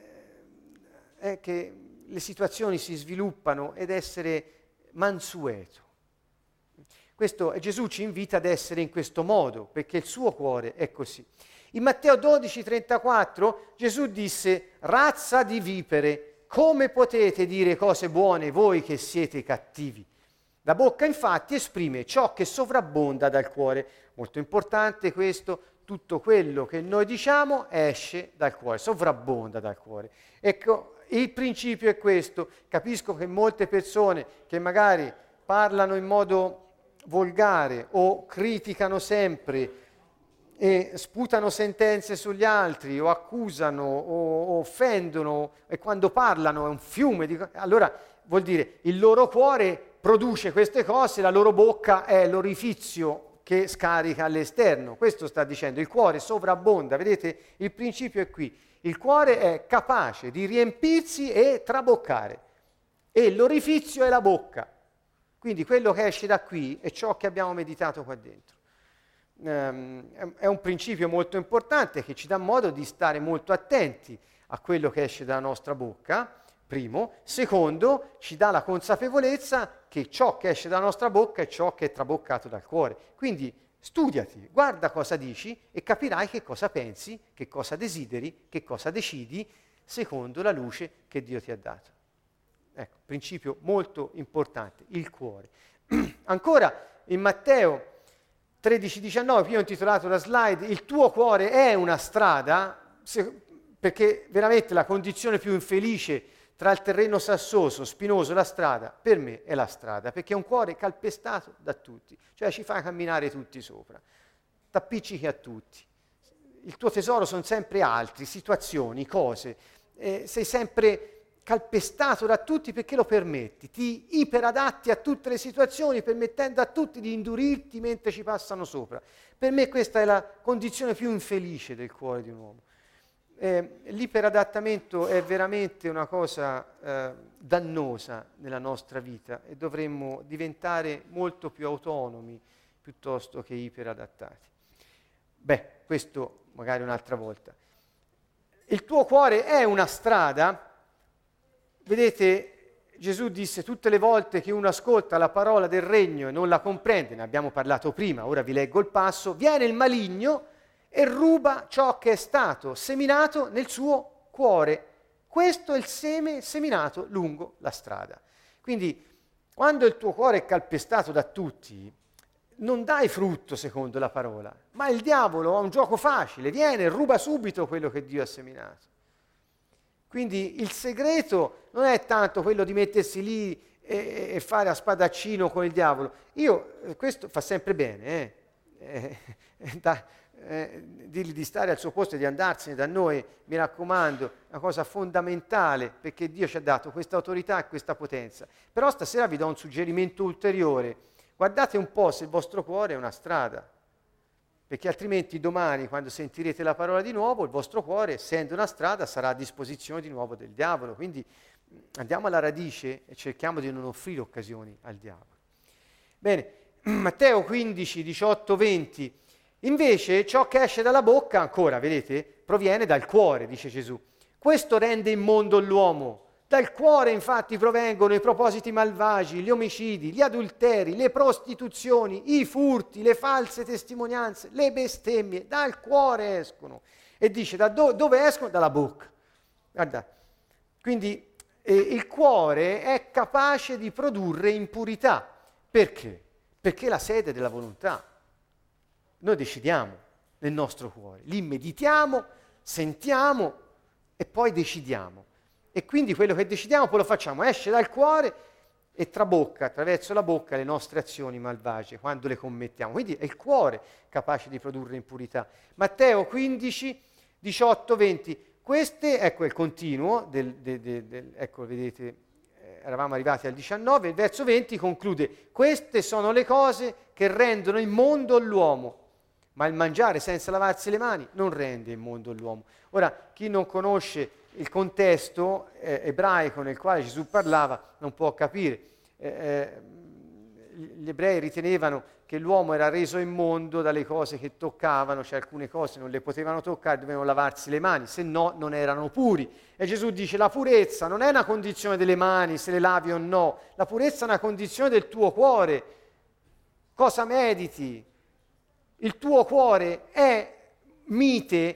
eh, che le situazioni si sviluppano ed essere mansueto. Questo, Gesù ci invita ad essere in questo modo, perché il suo cuore è così. In Matteo dodici trentaquattro Gesù disse: razza di vipere, come potete dire cose buone voi che siete cattivi? La bocca infatti esprime ciò che sovrabbonda dal cuore. Molto importante questo, tutto quello che noi diciamo esce dal cuore, sovrabbonda dal cuore. Ecco, il principio è questo. Capisco che molte persone che magari parlano in modo volgare o criticano sempre e sputano sentenze sugli altri o accusano o, o offendono, e quando parlano è un fiume di cose, allora vuol dire il loro cuore produce queste cose, la loro bocca è l'orifizio che scarica all'esterno. Questo sta dicendo, il cuore sovrabbonda, vedete? Il principio è qui, il cuore è capace di riempirsi e traboccare e l'orifizio è la bocca, quindi quello che esce da qui è ciò che abbiamo meditato qua dentro. È un principio molto importante che ci dà modo di stare molto attenti a quello che esce dalla nostra bocca, primo. Secondo, ci dà la consapevolezza che ciò che esce dalla nostra bocca è ciò che è traboccato dal cuore. Quindi studiati, guarda cosa dici e capirai che cosa pensi, che cosa desideri, che cosa decidi secondo la luce che Dio ti ha dato. Ecco, principio molto importante, il cuore. Ancora in Matteo tredici diciannove, qui ho intitolato la slide, il tuo cuore è una strada, se, perché veramente la condizione più infelice tra il terreno sassoso, spinoso e la strada, per me è la strada, perché è un cuore calpestato da tutti, cioè ci fa camminare tutti sopra, t'appiccichi a tutti, il tuo tesoro sono sempre altri, situazioni, cose, eh, sei sempre calpestato da tutti perché lo permetti, ti iperadatti a tutte le situazioni permettendo a tutti di indurirti mentre ci passano sopra. Per me questa è la condizione più infelice del cuore di un uomo. Eh, l'iperadattamento è veramente una cosa eh, dannosa nella nostra vita e dovremmo diventare molto più autonomi piuttosto che iperadattati. Beh, questo magari un'altra volta. Il tuo cuore è una strada. Vedete, Gesù disse tutte le volte che uno ascolta la parola del regno e non la comprende, ne abbiamo parlato prima, ora vi leggo il passo, viene il maligno e ruba ciò che è stato seminato nel suo cuore. Questo è il seme seminato lungo la strada. Quindi, quando il tuo cuore è calpestato da tutti, non dai frutto secondo la parola, ma il diavolo ha un gioco facile, viene e ruba subito quello che Dio ha seminato. Quindi il segreto non è tanto quello di mettersi lì e, e fare a spadaccino con il diavolo. Io, questo fa sempre bene, eh? Eh, da, eh, dirgli di stare al suo posto e di andarsene da noi, mi raccomando, è una cosa fondamentale, perché Dio ci ha dato questa autorità e questa potenza. Però stasera vi do un suggerimento ulteriore. Guardate un po' se il vostro cuore è una strada, perché altrimenti domani, quando sentirete la parola di nuovo, il vostro cuore, essendo una strada, sarà a disposizione di nuovo del diavolo. Quindi andiamo alla radice e cerchiamo di non offrire occasioni al diavolo. Bene, Matteo quindici, diciotto, venti. Invece ciò che esce dalla bocca, ancora, vedete, proviene dal cuore, dice Gesù. Questo rende immondo l'uomo. Dal cuore infatti provengono i propositi malvagi, gli omicidi, gli adulteri, le prostituzioni, i furti, le false testimonianze, le bestemmie. Dal cuore escono. E dice, da do- dove escono? Dalla bocca. Guarda, quindi eh, il cuore è capace di produrre impurità. Perché? Perché è la sede della volontà. Noi decidiamo nel nostro cuore, lì meditiamo, sentiamo e poi decidiamo. E quindi quello che decidiamo poi lo facciamo, esce dal cuore e trabocca attraverso la bocca le nostre azioni malvagie quando le commettiamo. Quindi è il cuore capace di produrre impurità. Matteo quindici, diciotto, venti. Queste, ecco il continuo, del, del, del, del, ecco vedete, eh, eravamo arrivati al diciannove, il verso venti conclude, queste sono le cose che rendono immondo l'uomo, ma il mangiare senza lavarsi le mani non rende immondo l'uomo. Ora, chi non conosce il contesto eh, ebraico nel quale Gesù parlava non può capire. Eh, eh, gli ebrei ritenevano che l'uomo era reso immondo dalle cose che toccavano, cioè alcune cose non le potevano toccare, dovevano lavarsi le mani, se no non erano puri. E Gesù dice la purezza non è una condizione delle mani, se le lavi o no, la purezza è una condizione del tuo cuore. cosa mediti. Il tuo cuore è mite,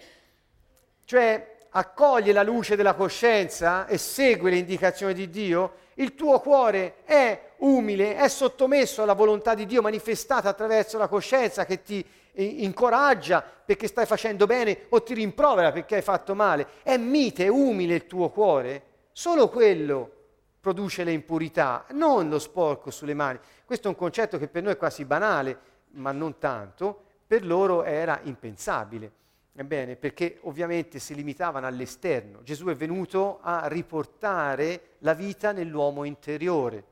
cioè accoglie la luce della coscienza e segue le indicazioni di Dio. Il tuo cuore è umile, è sottomesso alla volontà di Dio manifestata attraverso la coscienza che ti incoraggia perché stai facendo bene o ti rimprovera perché hai fatto male. È mite, è umile il tuo cuore. Solo quello produce le impurità, non lo sporco sulle mani. Questo è un concetto che per noi è quasi banale, ma non tanto. Per loro era impensabile. Ebbene, perché ovviamente si limitavano all'esterno. Gesù è venuto a riportare la vita nell'uomo interiore.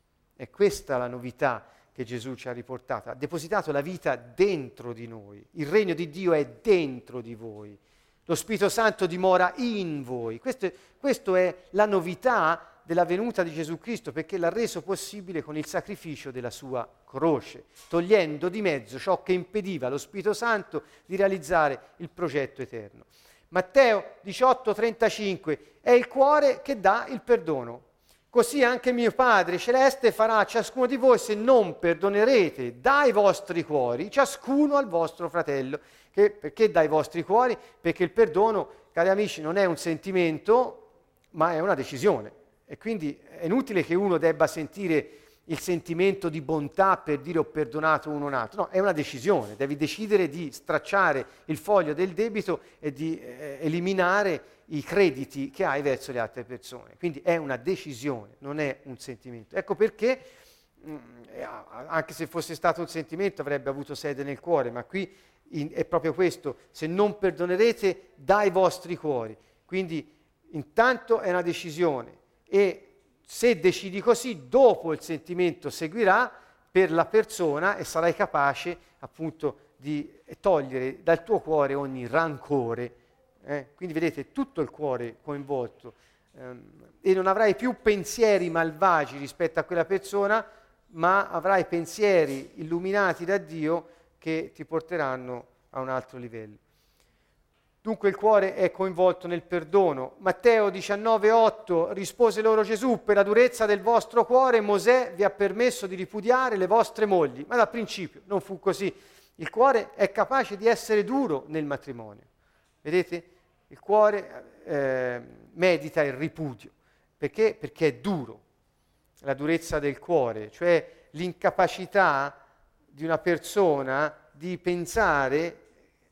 È questa la novità che Gesù ci ha riportato. Ha depositato la vita dentro di noi. Il regno di Dio è dentro di voi. Lo Spirito Santo dimora in voi. Questo è, questo è la novità della venuta di Gesù Cristo, perché l'ha reso possibile con il sacrificio della sua croce, togliendo di mezzo ciò che impediva allo Spirito Santo di realizzare il progetto eterno. Matteo diciotto trentacinque è il cuore che dà il perdono. Così anche mio Padre Celeste farà a ciascuno di voi se non perdonerete dai vostri cuori, ciascuno al vostro fratello. Che, perché dai vostri cuori? Perché il perdono, cari amici, non è un sentimento, ma è una decisione. E quindi è inutile che uno debba sentire il sentimento di bontà per dire ho perdonato uno o un altro. No, è una decisione. Devi decidere di stracciare il foglio del debito e di eh, eliminare i crediti che hai verso le altre persone. Quindi è una decisione, non è un sentimento. Ecco perché, mh, anche se fosse stato un sentimento, avrebbe avuto sede nel cuore, ma qui in, è proprio questo: se non perdonerete dai vostri cuori. Quindi intanto è una decisione. E se decidi così, dopo il sentimento seguirà per la persona e sarai capace appunto di togliere dal tuo cuore ogni rancore. Eh? Quindi vedete, tutto il cuore coinvolto. Ehm, e non avrai più pensieri malvagi rispetto a quella persona, ma avrai pensieri illuminati da Dio che ti porteranno a un altro livello. Dunque il cuore è coinvolto nel perdono. Matteo diciannove otto rispose loro Gesù: per la durezza del vostro cuore Mosè vi ha permesso di ripudiare le vostre mogli. Ma dal principio non fu così. Il cuore è capace di essere duro nel matrimonio. Vedete? Il cuore eh, medita il ripudio. Perché? Perché è duro. La durezza del cuore, cioè l'incapacità di una persona di pensare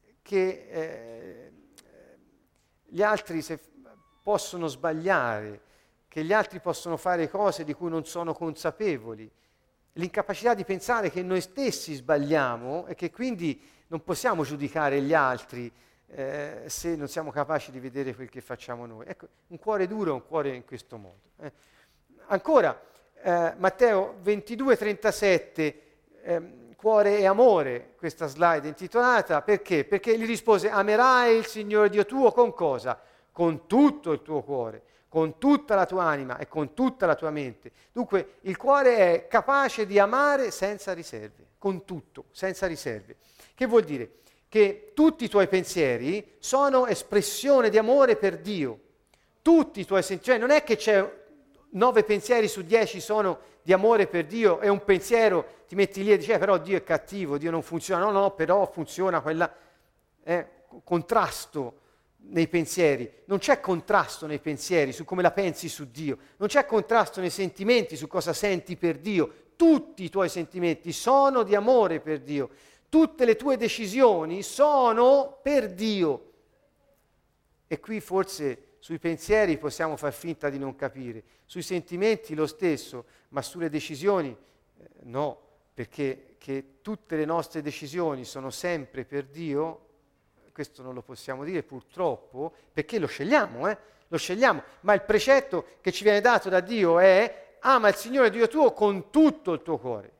che eh, gli altri se possono sbagliare, che gli altri possono fare cose di cui non sono consapevoli, l'incapacità di pensare che noi stessi sbagliamo e che quindi non possiamo giudicare gli altri eh, se non siamo capaci di vedere quel che facciamo noi. Ecco, un cuore duro è un cuore in questo modo. Eh. Ancora, eh, Matteo ventidue trentasette, eh, cuore e amore, questa slide intitolata, perché? Perché gli rispose: amerai il Signore Dio tuo con cosa? Con tutto il tuo cuore, con tutta la tua anima e con tutta la tua mente. Dunque il cuore è capace di amare senza riserve, con tutto, senza riserve. Che vuol dire? Che tutti i tuoi pensieri sono espressione di amore per Dio. Tutti i tuoi sentimenti, cioè non è che c'è nove pensieri su dieci sono di amore per Dio e un pensiero ti metti lì e dici eh, però Dio è cattivo, Dio non funziona. No, no, però funziona quella eh, contrasto nei pensieri. Non c'è contrasto nei pensieri su come la pensi su Dio. Non c'è contrasto nei sentimenti su cosa senti per Dio. Tutti i tuoi sentimenti sono di amore per Dio. Tutte le tue decisioni sono per Dio. E qui forse sui pensieri possiamo far finta di non capire, sui sentimenti lo stesso, ma sulle decisioni eh, no, perché che tutte le nostre decisioni sono sempre per Dio, questo non lo possiamo dire purtroppo, perché lo scegliamo, eh? Lo scegliamo, ma il precetto che ci viene dato da Dio è: ama il Signore Dio tuo con tutto il tuo cuore.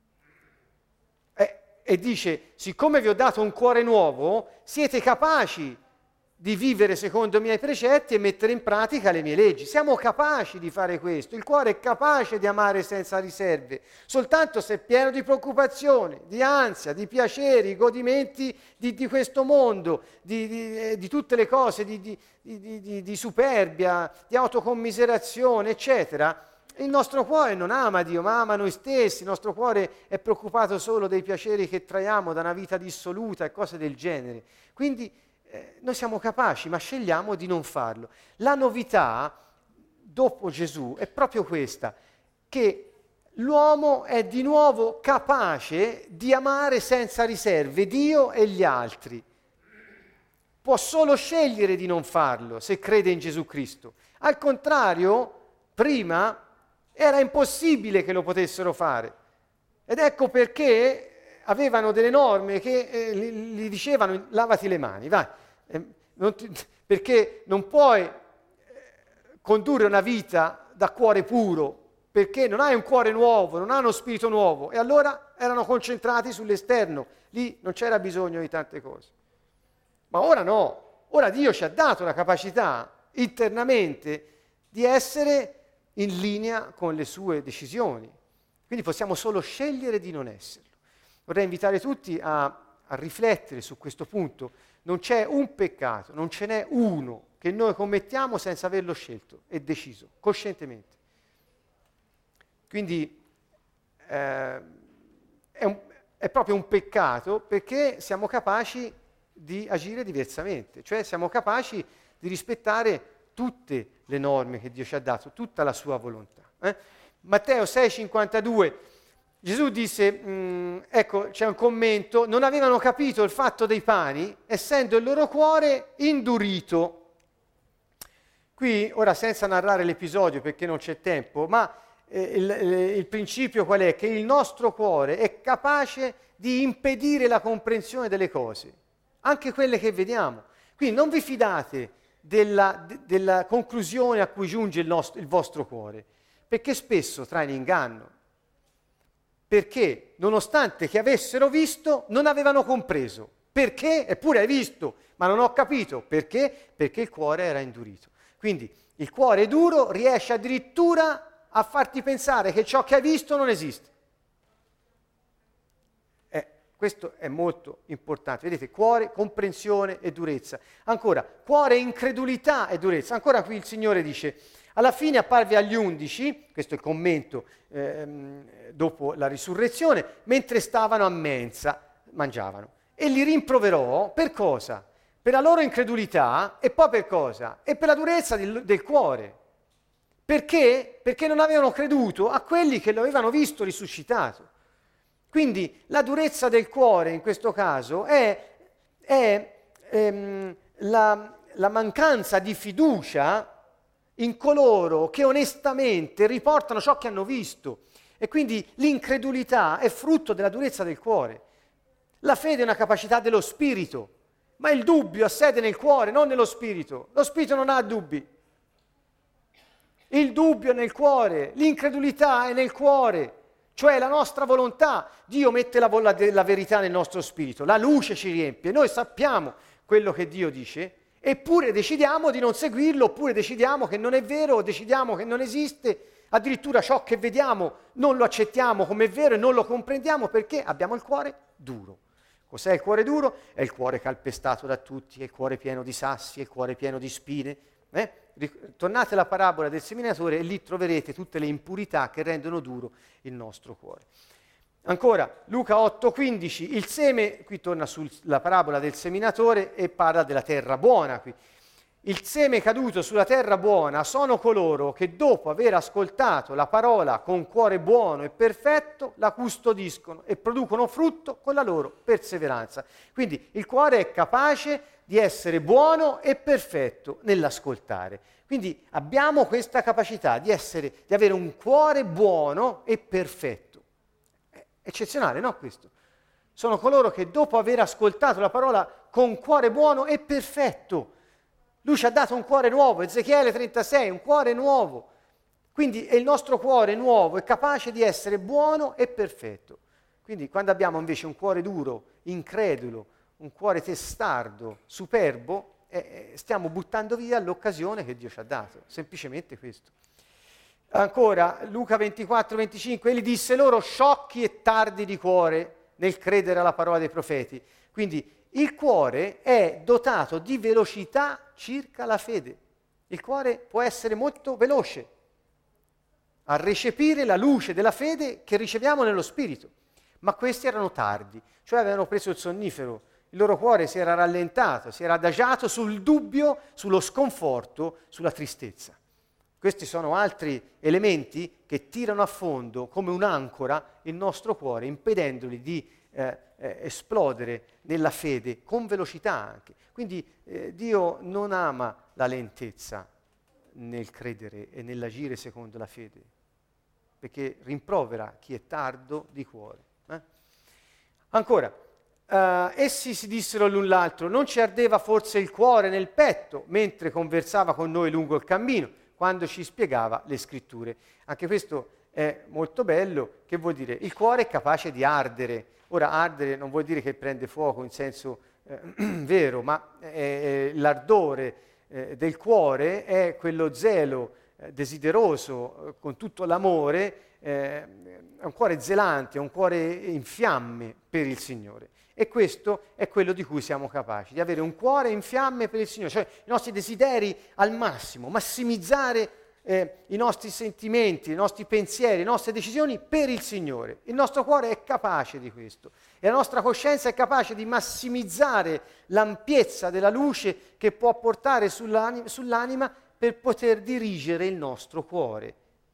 Eh, e dice: siccome vi ho dato un cuore nuovo, siete capaci di vivere secondo i miei precetti e mettere in pratica le mie leggi. Siamo capaci di fare questo. Il cuore è capace di amare senza riserve, soltanto se è pieno di preoccupazione, di ansia, di piaceri, godimenti di, di questo mondo, di, di, eh, di tutte le cose, di, di, di, di, di superbia, di autocommiserazione, eccetera. Il nostro cuore non ama Dio, ma ama noi stessi. Il nostro cuore è preoccupato solo dei piaceri che traiamo da una vita dissoluta e cose del genere. Quindi eh, noi siamo capaci, ma scegliamo di non farlo. La novità, dopo Gesù, è proprio questa, che l'uomo è di nuovo capace di amare senza riserve Dio e gli altri. Può solo scegliere di non farlo se crede in Gesù Cristo. Al contrario, prima era impossibile che lo potessero fare. Ed ecco perché avevano delle norme che eh, gli, gli dicevano lavati le mani, vai, eh, non ti, perché non puoi eh, condurre una vita da cuore puro, perché non hai un cuore nuovo, non hai uno spirito nuovo. E allora erano concentrati sull'esterno, lì non c'era bisogno di tante cose. Ma ora no, ora Dio ci ha dato la capacità internamente di essere in linea con le sue decisioni. Quindi possiamo solo scegliere di non esserlo. Vorrei invitare tutti a, a riflettere su questo punto. Non c'è un peccato, non ce n'è uno che noi commettiamo senza averlo scelto e deciso, coscientemente. Quindi eh, è, un, è proprio un peccato perché siamo capaci di agire diversamente, cioè siamo capaci di rispettare tutte le norme che Dio ci ha dato, tutta la sua volontà. Eh? Matteo sei cinquantadue, Gesù disse, mh, ecco c'è un commento, non avevano capito il fatto dei pani, essendo il loro cuore indurito. Qui, ora senza narrare l'episodio perché non c'è tempo, ma eh, il, il principio qual è? Che il nostro cuore è capace di impedire la comprensione delle cose, anche quelle che vediamo. Quindi non vi fidate della, de, della conclusione a cui giunge il, nostro, il vostro cuore, perché spesso trae in inganno. Perché, nonostante che avessero visto, non avevano compreso. Perché? Eppure hai visto, ma non ho capito. Perché? Perché il cuore era indurito. Quindi il cuore duro riesce addirittura a farti pensare che ciò che hai visto non esiste. Questo è molto importante. Vedete, cuore, comprensione e durezza. Ancora, cuore, incredulità e durezza. Ancora qui il Signore dice, alla fine apparve agli undici, questo è il commento ehm, dopo la risurrezione, mentre stavano a mensa, mangiavano. E li rimproverò per cosa? Per la loro incredulità e poi per cosa? E per la durezza del, del cuore. Perché? Perché non avevano creduto a quelli che lo avevano visto risuscitato. Quindi la durezza del cuore in questo caso è, è ehm, la, la mancanza di fiducia in coloro che onestamente riportano ciò che hanno visto. E quindi l'incredulità è frutto della durezza del cuore. La fede è una capacità dello spirito, ma il dubbio ha sede nel cuore, non nello spirito. Lo spirito non ha dubbi. Il dubbio è nel cuore, l'incredulità è nel cuore. Cioè la nostra volontà, Dio mette la, la, la verità nel nostro spirito, la luce ci riempie, noi sappiamo quello che Dio dice, eppure decidiamo di non seguirlo, oppure decidiamo che non è vero, o decidiamo che non esiste, addirittura ciò che vediamo non lo accettiamo come vero e non lo comprendiamo perché abbiamo il cuore duro. Cos'è il cuore duro? È il cuore calpestato da tutti, è il cuore pieno di sassi, è il cuore pieno di spine. Eh? Tornate alla parabola del seminatore e lì troverete tutte le impurità che rendono duro il nostro cuore. Ancora, Luca otto quindici, il seme, qui torna sulla parabola del seminatore e parla della terra buona qui. Il seme caduto sulla terra buona sono coloro che dopo aver ascoltato la parola con cuore buono e perfetto la custodiscono e producono frutto con la loro perseveranza. Quindi il cuore è capace di essere buono e perfetto nell'ascoltare. Quindi abbiamo questa capacità di essere, di avere un cuore buono e perfetto. È eccezionale, no questo? Sono coloro che dopo aver ascoltato la parola con cuore buono e perfetto, lui ci ha dato un cuore nuovo, Ezechiele trentasei, un cuore nuovo. Quindi il nostro cuore nuovo è capace di essere buono e perfetto. Quindi quando abbiamo invece un cuore duro, incredulo, un cuore testardo, superbo, eh, stiamo buttando via l'occasione che Dio ci ha dato, semplicemente questo. Ancora, Luca ventiquattro venticinque, egli disse loro sciocchi e tardi di cuore nel credere alla parola dei profeti. Quindi il cuore è dotato di velocità circa la fede. Il cuore può essere molto veloce. a recepire la luce della fede che riceviamo nello Spirito. Ma questi erano tardi, cioè avevano preso il sonnifero, il loro cuore si era rallentato, si era adagiato sul dubbio, sullo sconforto, sulla tristezza. Questi sono altri elementi che tirano a fondo come un'ancora il nostro cuore, impedendoli di eh, eh, esplodere nella fede con velocità anche. Quindi eh, Dio non ama la lentezza nel credere e nell'agire secondo la fede, perché rimprovera chi è tardo di cuore. Eh? Ancora, eh, essi si dissero l'un l'altro: non ci ardeva forse il cuore nel petto mentre conversava con noi lungo il cammino, quando ci spiegava le scritture. Anche questo è molto bello. Che vuol dire? Il cuore è capace di ardere. Ora, ardere non vuol dire che prende fuoco in senso eh, vero, ma eh, l'ardore eh, del cuore è quello zelo eh, desideroso, eh, con tutto l'amore, eh, è un cuore zelante, è un cuore in fiamme per il Signore. E questo è quello di cui siamo capaci, di avere un cuore in fiamme per il Signore, cioè i nostri desideri al massimo, massimizzare eh, i nostri sentimenti, i nostri pensieri, le nostre decisioni per il Signore. Il nostro cuore è capace di questo e la nostra coscienza è capace di massimizzare l'ampiezza della luce che può portare sull'anima, sull'anima per poter dirigere il nostro cuore.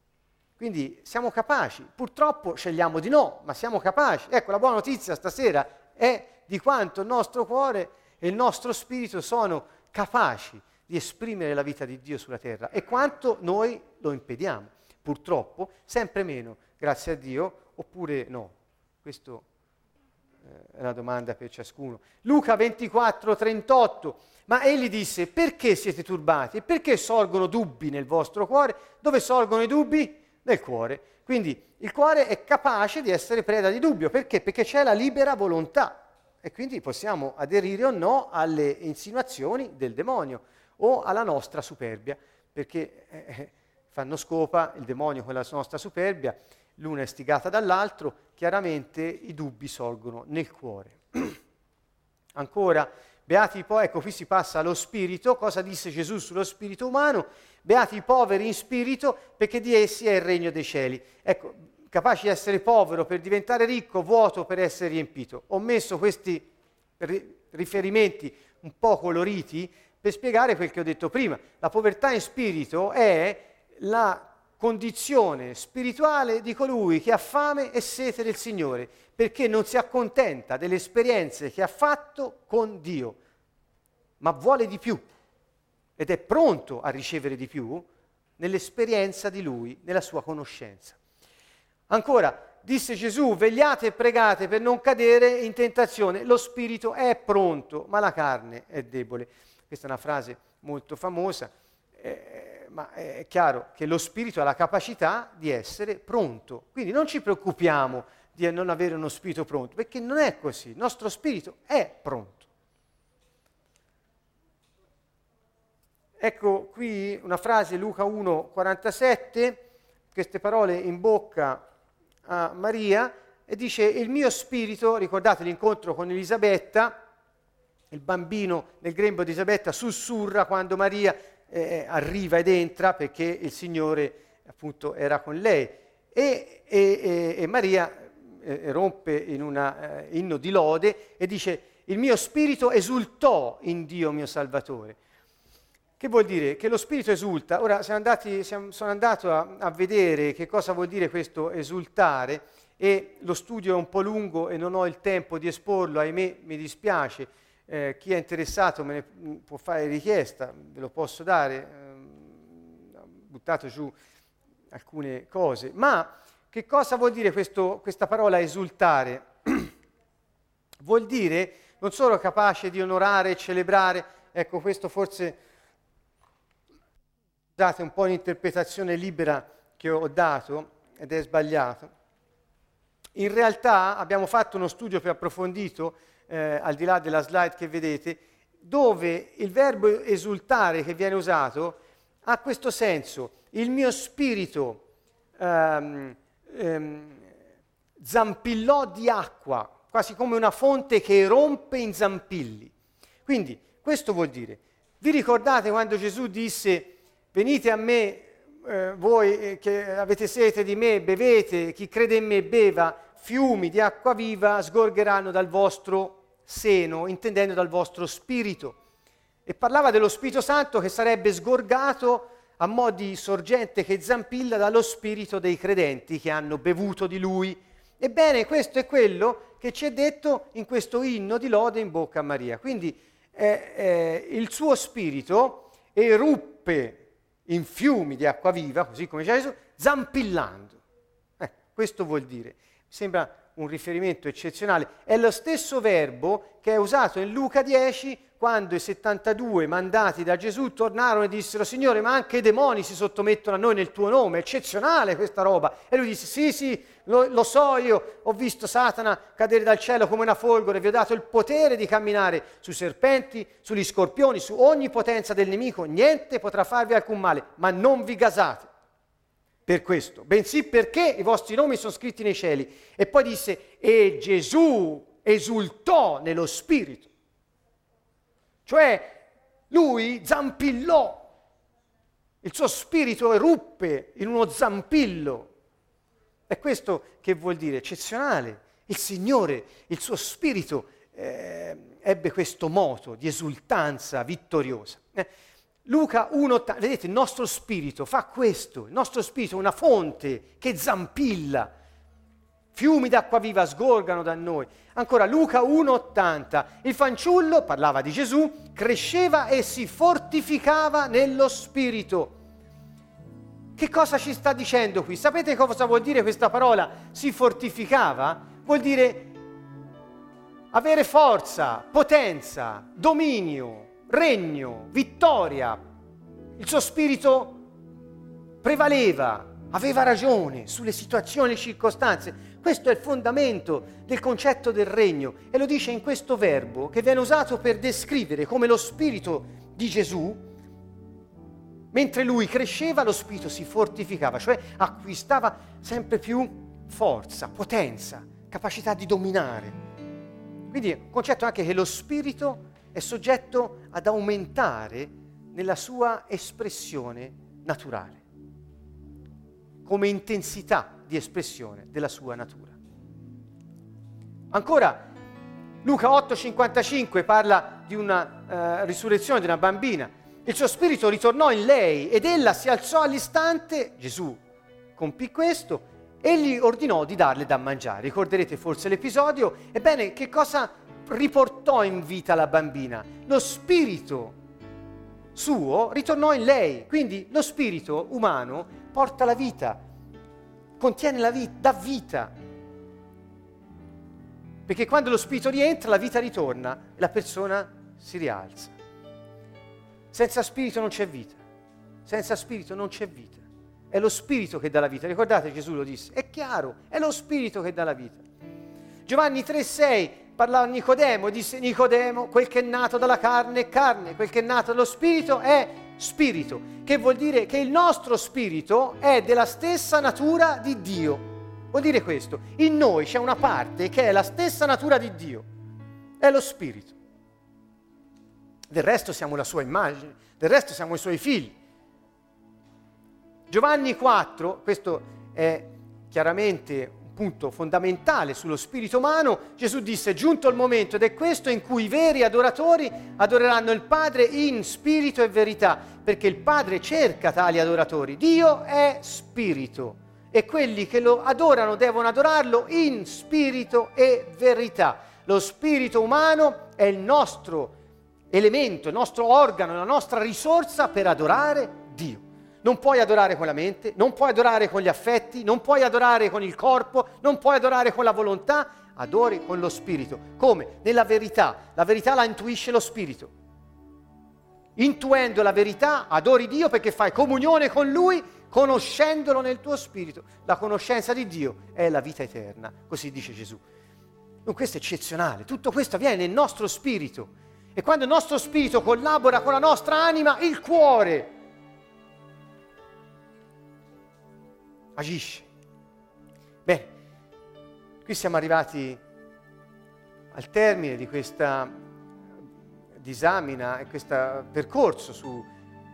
Quindi siamo capaci, purtroppo scegliamo di no, ma siamo capaci. Ecco, la buona notizia stasera è di quanto il nostro cuore e il nostro spirito sono capaci di esprimere la vita di Dio sulla terra e quanto noi lo impediamo. Purtroppo sempre meno, grazie a Dio, oppure no. Questo eh, è una domanda per ciascuno. Luca ventiquattro trentotto. Ma egli disse: perché siete turbati? E perché sorgono dubbi nel vostro cuore? Dove sorgono i dubbi? Nel cuore. Quindi il cuore è capace di essere preda di dubbio. Perché? Perché c'è la libera volontà e quindi possiamo aderire o no alle insinuazioni del demonio o alla nostra superbia, perché eh, fanno scopa il demonio con la nostra superbia, l'una è stigata dall'altro, chiaramente i dubbi sorgono nel cuore. Ancora, beati i poveri, ecco qui si passa allo spirito. Cosa disse Gesù sullo spirito umano? Beati i poveri in spirito, perché di essi è il regno dei cieli. Ecco, capaci di essere povero per diventare ricco, vuoto per essere riempito. Ho messo questi ri- riferimenti un po' coloriti per spiegare quel che ho detto prima. La povertà in spirito è la condizione spirituale di colui che ha fame e sete del Signore, perché non si accontenta delle esperienze che ha fatto con Dio, ma vuole di più ed è pronto a ricevere di più nell'esperienza di Lui, nella sua conoscenza. Ancora, disse Gesù: vegliate e pregate per non cadere in tentazione. Lo spirito è pronto, ma la carne è debole. Questa è una frase molto famosa, eh, ma è chiaro che lo spirito ha la capacità di essere pronto. Quindi non ci preoccupiamo di non avere uno spirito pronto, perché non è così. Il nostro spirito è pronto. Ecco qui una frase, Luca uno quarantasette, queste parole in bocca a Maria, e dice: il mio spirito, ricordate l'incontro con Elisabetta, il bambino nel grembo di Elisabetta sussurra quando Maria eh, arriva ed entra, perché il Signore appunto era con lei, e, e, e Maria eh, rompe in un eh, inno di lode e dice: il mio spirito esultò in Dio mio Salvatore. Che vuol dire? Che lo spirito esulta. Ora siamo andati, siamo, sono andato a, a vedere che cosa vuol dire questo esultare, e lo studio è un po' lungo e non ho il tempo di esporlo, ahimè, mi dispiace. Eh, chi è interessato me ne può fare richiesta, ve lo posso dare, ehm, ho buttato giù alcune cose. Ma che cosa vuol dire questo, questa parola esultare? Vuol dire non solo capace di onorare e celebrare, ecco questo forse, date un po' un'interpretazione libera che ho dato ed è sbagliato. In realtà abbiamo fatto uno studio più approfondito, eh, al di là della slide che vedete, dove il verbo esultare che viene usato ha questo senso: il mio spirito ehm, ehm, zampillò di acqua, quasi come una fonte che rompe in zampilli. Quindi questo vuol dire, vi ricordate quando Gesù disse: venite a me, eh, voi eh, che avete sete di me, bevete, chi crede in me beva, fiumi di acqua viva sgorgeranno dal vostro seno, intendendo dal vostro spirito. E parlava dello Spirito Santo che sarebbe sgorgato a mo' di sorgente che zampilla dallo spirito dei credenti che hanno bevuto di lui. Ebbene, questo è quello che ci è detto in questo inno di lode in bocca a Maria. Quindi eh, eh, il suo spirito eruppe in fiumi di acqua viva, così come dice Gesù, zampillando. Eh, questo vuol dire. Mi sembra un riferimento eccezionale. È lo stesso verbo che è usato in Luca dieci, quando i settantadue mandati da Gesù tornarono e dissero: Signore, ma anche i demoni si sottomettono a noi nel tuo nome, è eccezionale questa roba. E lui disse: sì, sì, lo, lo so, io ho visto Satana cadere dal cielo come una folgore, vi ho dato il potere di camminare sui serpenti, sugli scorpioni, su ogni potenza del nemico, niente potrà farvi alcun male, ma non vi gasate per questo, bensì perché i vostri nomi sono scritti nei cieli. E poi disse: e Gesù esultò nello spirito. Cioè lui zampillò, il suo spirito eruppe in uno zampillo. È questo che vuol dire, eccezionale. Il Signore, il suo spirito eh, ebbe questo moto di esultanza vittoriosa. Eh, Luca uno, vedete, il nostro spirito fa questo, il nostro spirito è una fonte che zampilla, fiumi d'acqua viva sgorgano da noi. Ancora Luca uno ottanta, il fanciullo, parlava di Gesù, cresceva e si fortificava nello spirito. Che cosa ci sta dicendo qui? Sapete cosa vuol dire questa parola? Si fortificava? Vuol dire avere forza, potenza, dominio, regno, vittoria. Il suo spirito prevaleva, aveva ragione sulle situazioni e le circostanze. Questo è il fondamento del concetto del regno e lo dice in questo verbo che viene usato per descrivere come lo spirito di Gesù, mentre lui cresceva, lo spirito si fortificava, cioè acquistava sempre più forza, potenza, capacità di dominare. Quindi è un concetto anche che lo spirito è soggetto ad aumentare nella sua espressione naturale, come intensità di espressione della sua natura. Ancora, Luca otto cinquantacinque parla di una uh, risurrezione di una bambina. Il suo spirito ritornò in lei ed ella si alzò all'istante, Gesù compì questo, e gli ordinò di darle da mangiare. Ricorderete forse l'episodio. Ebbene, che cosa riportò in vita la bambina? Lo spirito suo ritornò in lei. Quindi lo spirito umano porta la vita, contiene la vita, dà vita. Perché quando lo spirito rientra, la vita ritorna e la persona si rialza. Senza spirito non c'è vita. Senza spirito non c'è vita. È lo spirito che dà la vita. Ricordate, Gesù lo disse. È chiaro, è lo spirito che dà la vita. Giovanni tre sei parlava a Nicodemo e disse: Nicodemo, quel che è nato dalla carne è carne, quel che è nato dallo spirito è spirito. Che vuol dire che il nostro spirito è della stessa natura di Dio. Vuol dire questo. In noi c'è una parte che è la stessa natura di Dio. È lo spirito. Del resto siamo la sua immagine, del resto siamo i suoi figli. Giovanni quattro, questo è chiaramente un punto fondamentale sullo spirito umano. Gesù disse: è giunto il momento, ed è questo in cui i veri adoratori adoreranno il Padre in spirito e verità, perché il Padre cerca tali adoratori. Dio è spirito e quelli che lo adorano devono adorarlo in spirito e verità. Lo spirito umano è il nostro elemento, il nostro organo, la nostra risorsa per adorare Dio. Non puoi adorare con la mente, non puoi adorare con gli affetti, non puoi adorare con il corpo, non puoi adorare con la volontà, adori con lo spirito. Come? Nella verità. La verità la intuisce lo spirito. Intuendo la verità, adori Dio perché fai comunione con Lui, conoscendolo nel tuo spirito. La conoscenza di Dio è la vita eterna, così dice Gesù. Questo è eccezionale, tutto questo avviene nel nostro spirito. E quando il nostro spirito collabora con la nostra anima, il cuore agisce. Bene, qui siamo arrivati al termine di questa disamina e questo percorso su,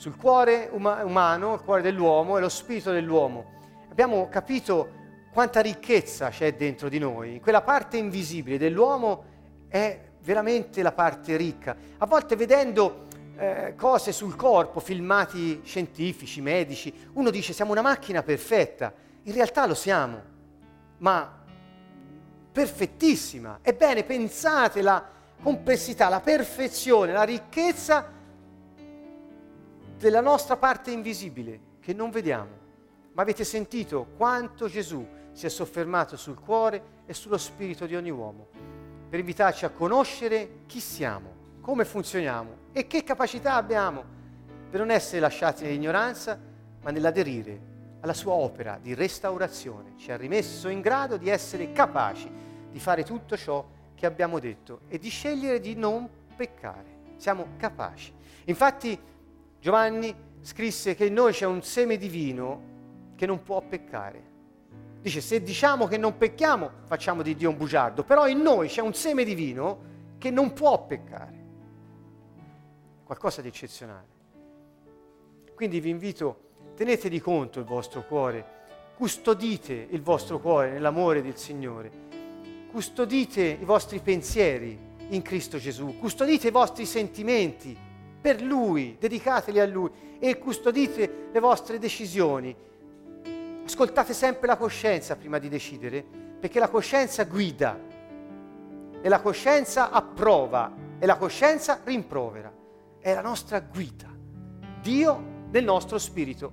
sul cuore uma- umano, il cuore dell'uomo e lo spirito dell'uomo. Abbiamo capito quanta ricchezza c'è dentro di noi. Quella parte invisibile dell'uomo è veramente la parte ricca. A volte vedendo eh, cose sul corpo, filmati scientifici, medici, uno dice siamo una macchina perfetta. In realtà lo siamo, ma perfettissima. Ebbene, pensate la complessità, la perfezione, la ricchezza della nostra parte invisibile che non vediamo. Ma avete sentito quanto Gesù si è soffermato sul cuore e sullo spirito di ogni uomo per invitarci a conoscere chi siamo, come funzioniamo e che capacità abbiamo per non essere lasciati nell'ignoranza, ma nell'aderire alla sua opera di restaurazione. Ci ha rimesso in grado di essere capaci di fare tutto ciò che abbiamo detto e di scegliere di non peccare. Siamo capaci. Infatti Giovanni scrisse che in noi c'è un seme divino che non può peccare. Dice, se diciamo che non pecchiamo, facciamo di Dio un bugiardo, però in noi c'è un seme divino che non può peccare. Qualcosa di eccezionale. Quindi vi invito, tenete di conto il vostro cuore, custodite il vostro cuore nell'amore del Signore, custodite i vostri pensieri in Cristo Gesù, custodite i vostri sentimenti per Lui, dedicateli a Lui e custodite le vostre decisioni. Ascoltate sempre la coscienza prima di decidere, perché la coscienza guida e la coscienza approva e la coscienza rimprovera. È la nostra guida. Dio nel nostro spirito.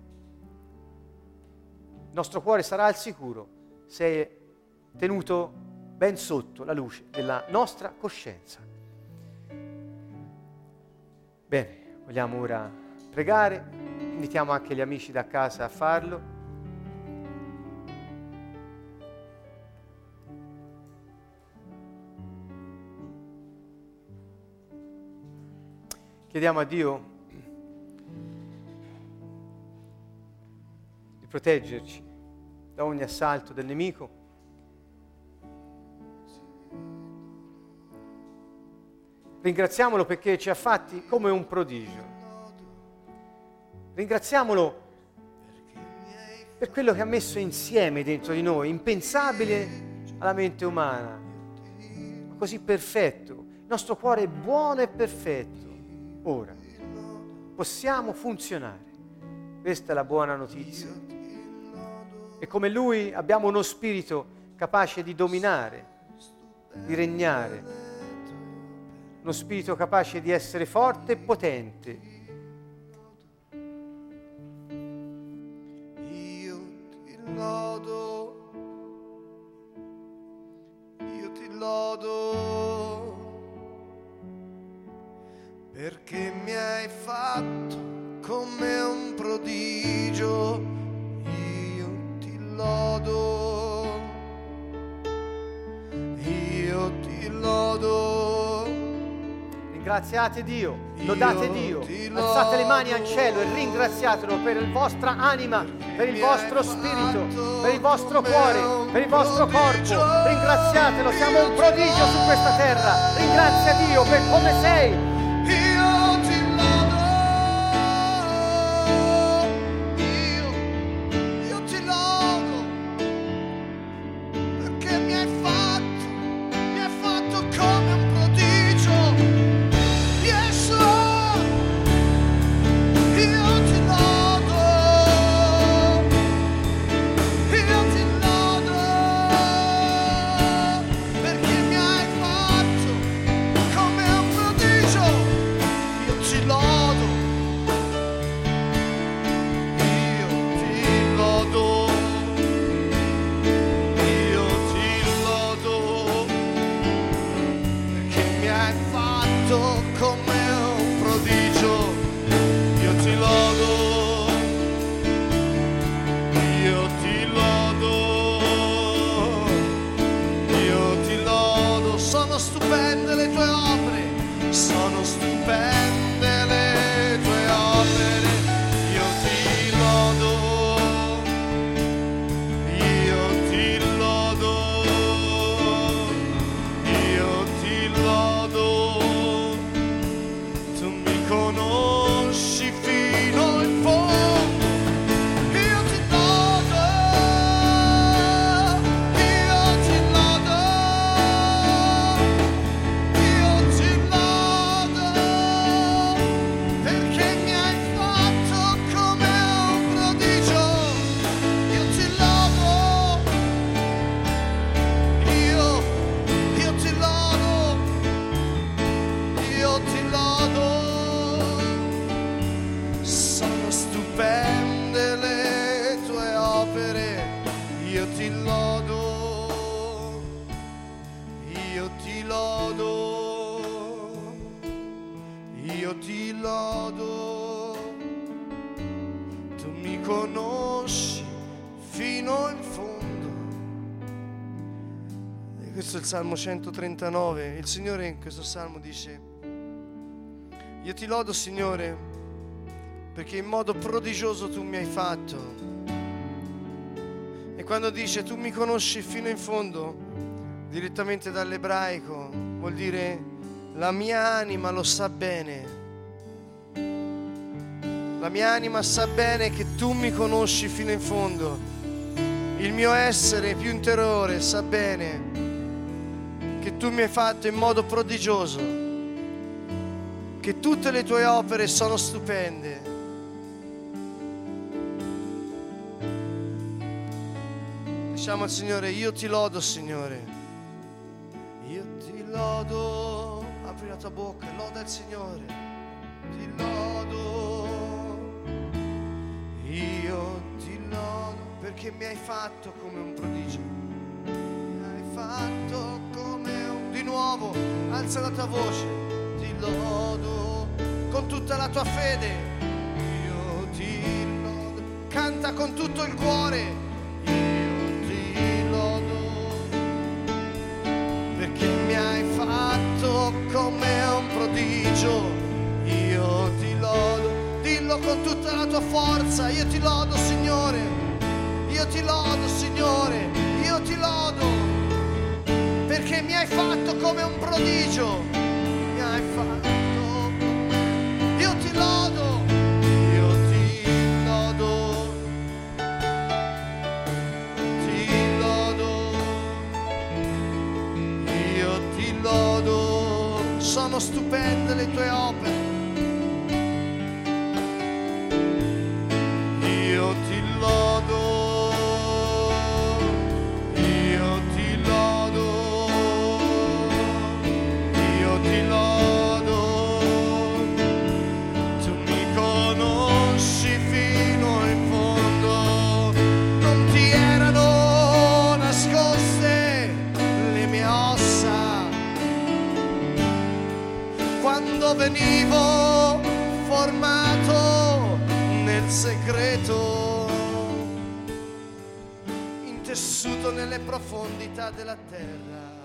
Il nostro cuore sarà al sicuro se è tenuto ben sotto la luce della nostra coscienza. Bene, vogliamo ora pregare. Invitiamo anche gli amici da casa a farlo. Chiediamo a Dio di proteggerci da ogni assalto del nemico. Ringraziamolo perché ci ha fatti come un prodigio. Ringraziamolo per quello che ha messo insieme dentro di noi, impensabile alla mente umana, ma così perfetto. Il nostro cuore è buono e perfetto. Ora possiamo funzionare. Questa è la buona notizia. E come Lui abbiamo uno spirito capace di dominare, di regnare, uno spirito capace di essere forte e potente. Io ti lodo, io ti lodo, perché mi hai fatto come un prodigio. Io ti lodo, io ti lodo. Ringraziate Dio, lodate Dio, alzate le mani al cielo e ringraziatelo per la vostra anima, per il vostro spirito, per il vostro cuore, per il vostro corpo. Ringraziatelo, siamo un prodigio su questa terra. Ringrazia Dio per come sei. Io ti lodo, io, io ti lodo, perché mi hai fatto, mi hai fatto come un prodigio. Yeshua, io ti lodo, io ti lodo, perché mi hai fatto come un prodigio. lodo, tu mi conosci fino in fondo. E questo è il Salmo centotrentanove. Il Signore in questo Salmo dice: io ti lodo, Signore, perché in modo prodigioso tu mi hai fatto. E quando dice tu mi conosci fino in fondo, direttamente dall'ebraico, vuol dire la mia anima lo sa bene. La mia anima sa bene che tu mi conosci fino in fondo. Il mio essere più interiore sa bene che tu mi hai fatto in modo prodigioso, che tutte le tue opere sono stupende. Diciamo al Signore: io ti lodo, Signore, io ti lodo. Apri la tua bocca, loda il Signore. Ti lodo, io ti lodo, perché mi hai fatto come un prodigio. Mi hai fatto come un... Di nuovo, alza la tua voce. Ti lodo con tutta la tua fede. Io ti lodo. Canta con tutto il cuore. Mi hai fatto come un prodigio, io ti lodo. Dillo con tutta la tua forza: io ti lodo, Signore, io ti lodo, Signore, io ti lodo, perché mi hai fatto come un prodigio, mi hai fatto, io ti lodo, io ti lodo, ti lodo. Ti lodo, sono stupende le tue opere. Io ti lodo, io ti lodo, io ti lodo. Tu mi conosci fino in fondo, non ti erano nascoste le mie ossa quando venivo formato nel segreto, intessuto nelle profondità della terra.